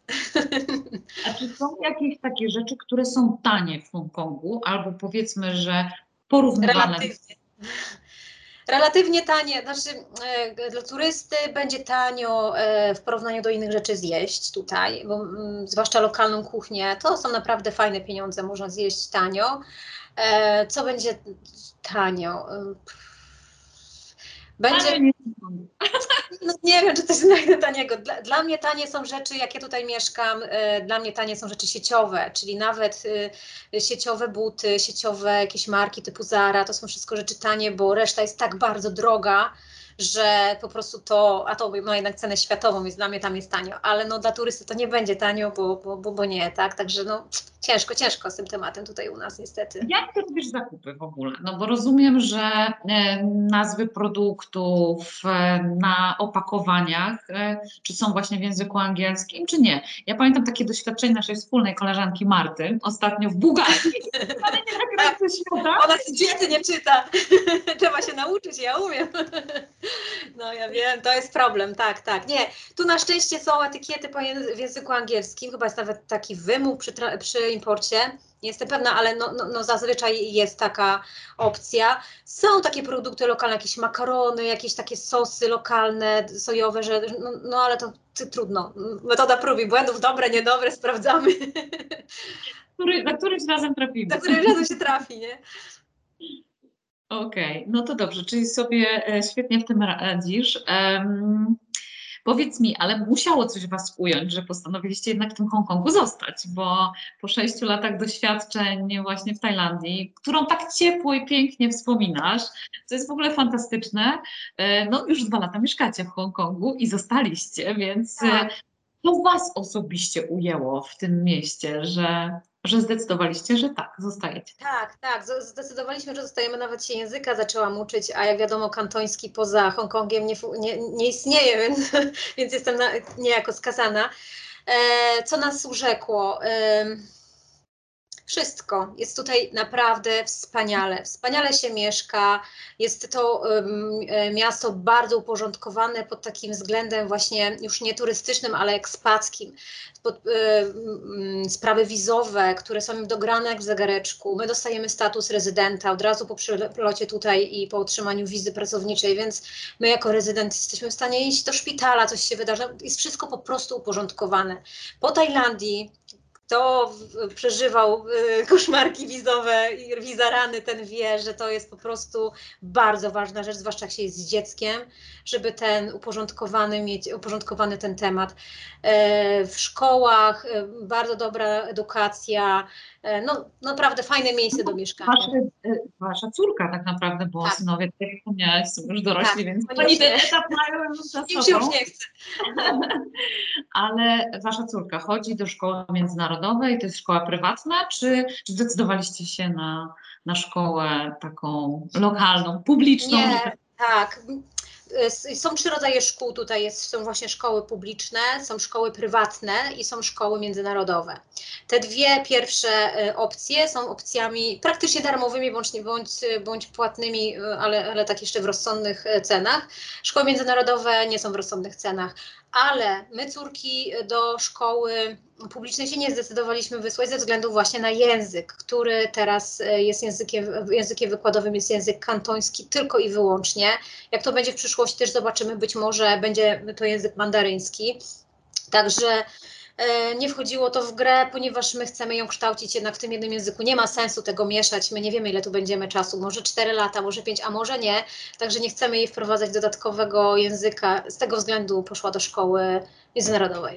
A czy są jakieś takie rzeczy, które są tanie w Hongkongu, albo powiedzmy, że porównywalne? Relatywnie. Relatywnie tanie, znaczy e, dla turysty będzie tanio e, w porównaniu do innych rzeczy zjeść tutaj, bo mm, zwłaszcza lokalną kuchnię, to są naprawdę fajne pieniądze, można zjeść tanio. E, co będzie tanio? E, Będzie, Tanie nie są. no nie wiem, czy coś znajdę taniego. Dla, dla mnie tanie są rzeczy, jak ja tutaj mieszkam, e, dla mnie tanie są rzeczy sieciowe, czyli nawet e, sieciowe buty, sieciowe jakieś marki typu Zara, to są wszystko rzeczy tanie, bo reszta jest tak bardzo droga, że po prostu to, a to ma jednak cenę światową, więc dla mnie tam jest tanio, ale no dla turysty to nie będzie tanio, bo, bo, bo, bo nie, tak? Także no ciężko, ciężko z tym tematem tutaj u nas niestety. Jak ty robisz zakupy w ogóle? No bo rozumiem, że e, nazwy produktów e, na opakowaniach, e, czy są właśnie w języku angielskim, czy nie? Ja pamiętam takie doświadczenie naszej wspólnej koleżanki Marty ostatnio w Bułgarii, ale nie na krańcu świata. Ona z diety nie czyta. Trzeba się nauczyć, ja umiem. No ja wiem, to jest problem, tak, tak. Nie, tu na szczęście są etykiety po języ- w języku angielskim, chyba jest nawet taki wymóg przy, tra- przy imporcie. Nie jestem pewna, ale no, no, no zazwyczaj jest taka opcja. Są takie produkty lokalne, jakieś makarony, jakieś takie sosy lokalne, sojowe, że no, no ale to ty, trudno. Metoda prób i błędów, dobre, niedobre, sprawdzamy. Który, za którymś razem trafimy. Za którym razem się trafi, nie? Okej, no to dobrze, czyli sobie e, świetnie w tym radzisz. Em, powiedz mi, ale musiało coś was ująć, że postanowiliście jednak w tym Hongkongu zostać, bo po sześciu latach doświadczeń właśnie w Tajlandii, którą tak ciepło i pięknie wspominasz, co jest w ogóle fantastyczne, e, no już dwa lata mieszkacie w Hongkongu i zostaliście, więc e, Tak. co was osobiście ujęło w tym mieście, że, że zdecydowaliście, że tak, zostajecie? Tak, tak, z- zdecydowaliśmy, że zostajemy, nawet się języka zaczęłam uczyć, a jak wiadomo kantoński poza Hongkongiem nie, fu- nie, nie istnieje, więc, więc jestem na, niejako skazana. E, co nas urzekło? Em, Wszystko. Jest tutaj naprawdę wspaniale. Wspaniale się mieszka. Jest to um, e, miasto bardzo uporządkowane pod takim względem właśnie już nie turystycznym, ale ekspackim. Pod, e, m, sprawy wizowe, które są im dograne jak w zegareczku. My dostajemy status rezydenta od razu po przylocie tutaj i po otrzymaniu wizy pracowniczej, więc my jako rezydent jesteśmy w stanie iść do szpitala, coś się wydarza. Jest wszystko po prostu uporządkowane. Po Tajlandii kto przeżywał koszmarki wizowe i wizarany, ten wie, że to jest po prostu bardzo ważna rzecz, zwłaszcza jak się jest z dzieckiem, żeby ten uporządkowany mieć, uporządkowany ten temat. W szkołach bardzo dobra edukacja, no naprawdę fajne miejsce do mieszkania. Wasza, wasza córka tak naprawdę, bo tak. synowie, tak jak wspomniałaś, są już dorośli, tak, więc oni ten etap mają już za sobą. Już się już nie chce. Ale wasza córka chodzi do szkoły międzynarodowej, to jest szkoła prywatna, czy, czy zdecydowaliście się na, na szkołę taką lokalną, publiczną? Nie, że... tak. Są trzy rodzaje szkół tutaj, jest, są właśnie szkoły publiczne, są szkoły prywatne i są szkoły międzynarodowe. Te dwie pierwsze opcje są opcjami praktycznie darmowymi bądź, bądź, bądź płatnymi, ale, ale tak jeszcze w rozsądnych cenach. Szkoły międzynarodowe nie są w rozsądnych cenach, ale my córki do szkoły publicznej się nie zdecydowaliśmy wysłać ze względu właśnie na język, który teraz jest językiem, językiem wykładowym, jest język kantoński tylko i wyłącznie. Jak to będzie w przyszłości, też zobaczymy, być może będzie to język mandaryński. Także e, nie wchodziło to w grę, ponieważ my chcemy ją kształcić jednak w tym jednym języku. Nie ma sensu tego mieszać, my nie wiemy, ile tu będziemy czasu, może cztery lata, może pięć, a może nie. Także nie chcemy jej wprowadzać dodatkowego języka. Z tego względu poszła do szkoły międzynarodowej.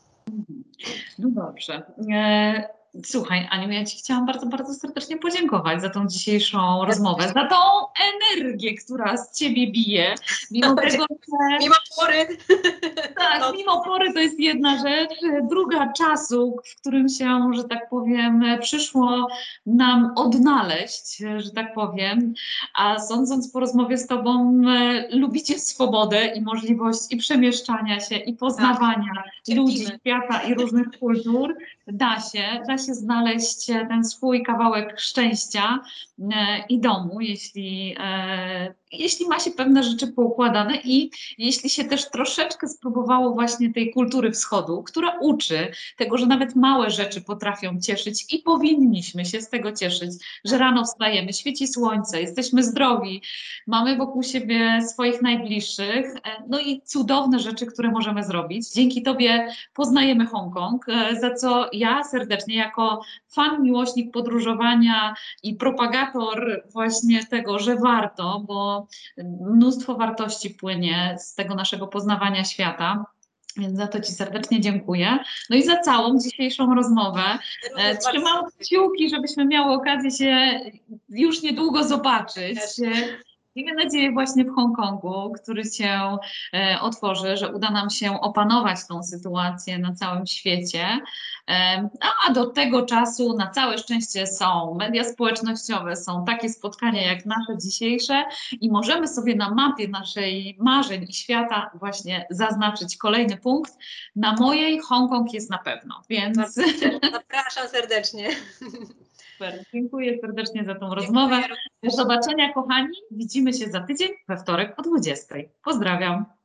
No dobrze. E, Słuchaj, Aniu, ja Ci chciałam bardzo, bardzo serdecznie podziękować za tą dzisiejszą rozmowę, za tą energię, która z Ciebie bije, mimo tego, że... Mimo pory. Tak, no. mimo pory to jest jedna rzecz. Druga czasu, w którym się, że tak powiem, przyszło nam odnaleźć, że tak powiem, a sądząc po rozmowie z Tobą, lubicie swobodę i możliwość i przemieszczania się, i poznawania tak. ludzi, świata i różnych kultur. Da się, da się znaleźć ten swój kawałek szczęścia e, i domu, jeśli, e, jeśli ma się pewne rzeczy poukładane i jeśli się też troszeczkę spróbowało właśnie tej kultury wschodu, która uczy tego, że nawet małe rzeczy potrafią cieszyć i powinniśmy się z tego cieszyć, że rano wstajemy, świeci słońce, jesteśmy zdrowi, mamy wokół siebie swoich najbliższych, e, no i cudowne rzeczy, które możemy zrobić. Dzięki Tobie poznajemy Hongkong, e, za co ja serdecznie jako fan, miłośnik podróżowania i propagator właśnie tego, że warto, bo mnóstwo wartości płynie z tego naszego poznawania świata. Więc za to Ci serdecznie dziękuję. No i za całą dzisiejszą rozmowę. E, Trzymam kciuki, żebyśmy miały okazję się już niedługo zobaczyć. Miejmy nadzieję właśnie w Hongkongu, który się e, otworzy, że uda nam się opanować tą sytuację na całym świecie. E, a do tego czasu na całe szczęście są media społecznościowe, są takie spotkania jak nasze dzisiejsze i możemy sobie na mapie naszej marzeń i świata właśnie zaznaczyć kolejny punkt. Na mojej Hongkong jest na pewno, więc... Zapraszam serdecznie. Super. Dziękuję serdecznie za tą rozmowę. Do zobaczenia, kochani. Widzimy się za tydzień we wtorek o dwudziestej. Pozdrawiam.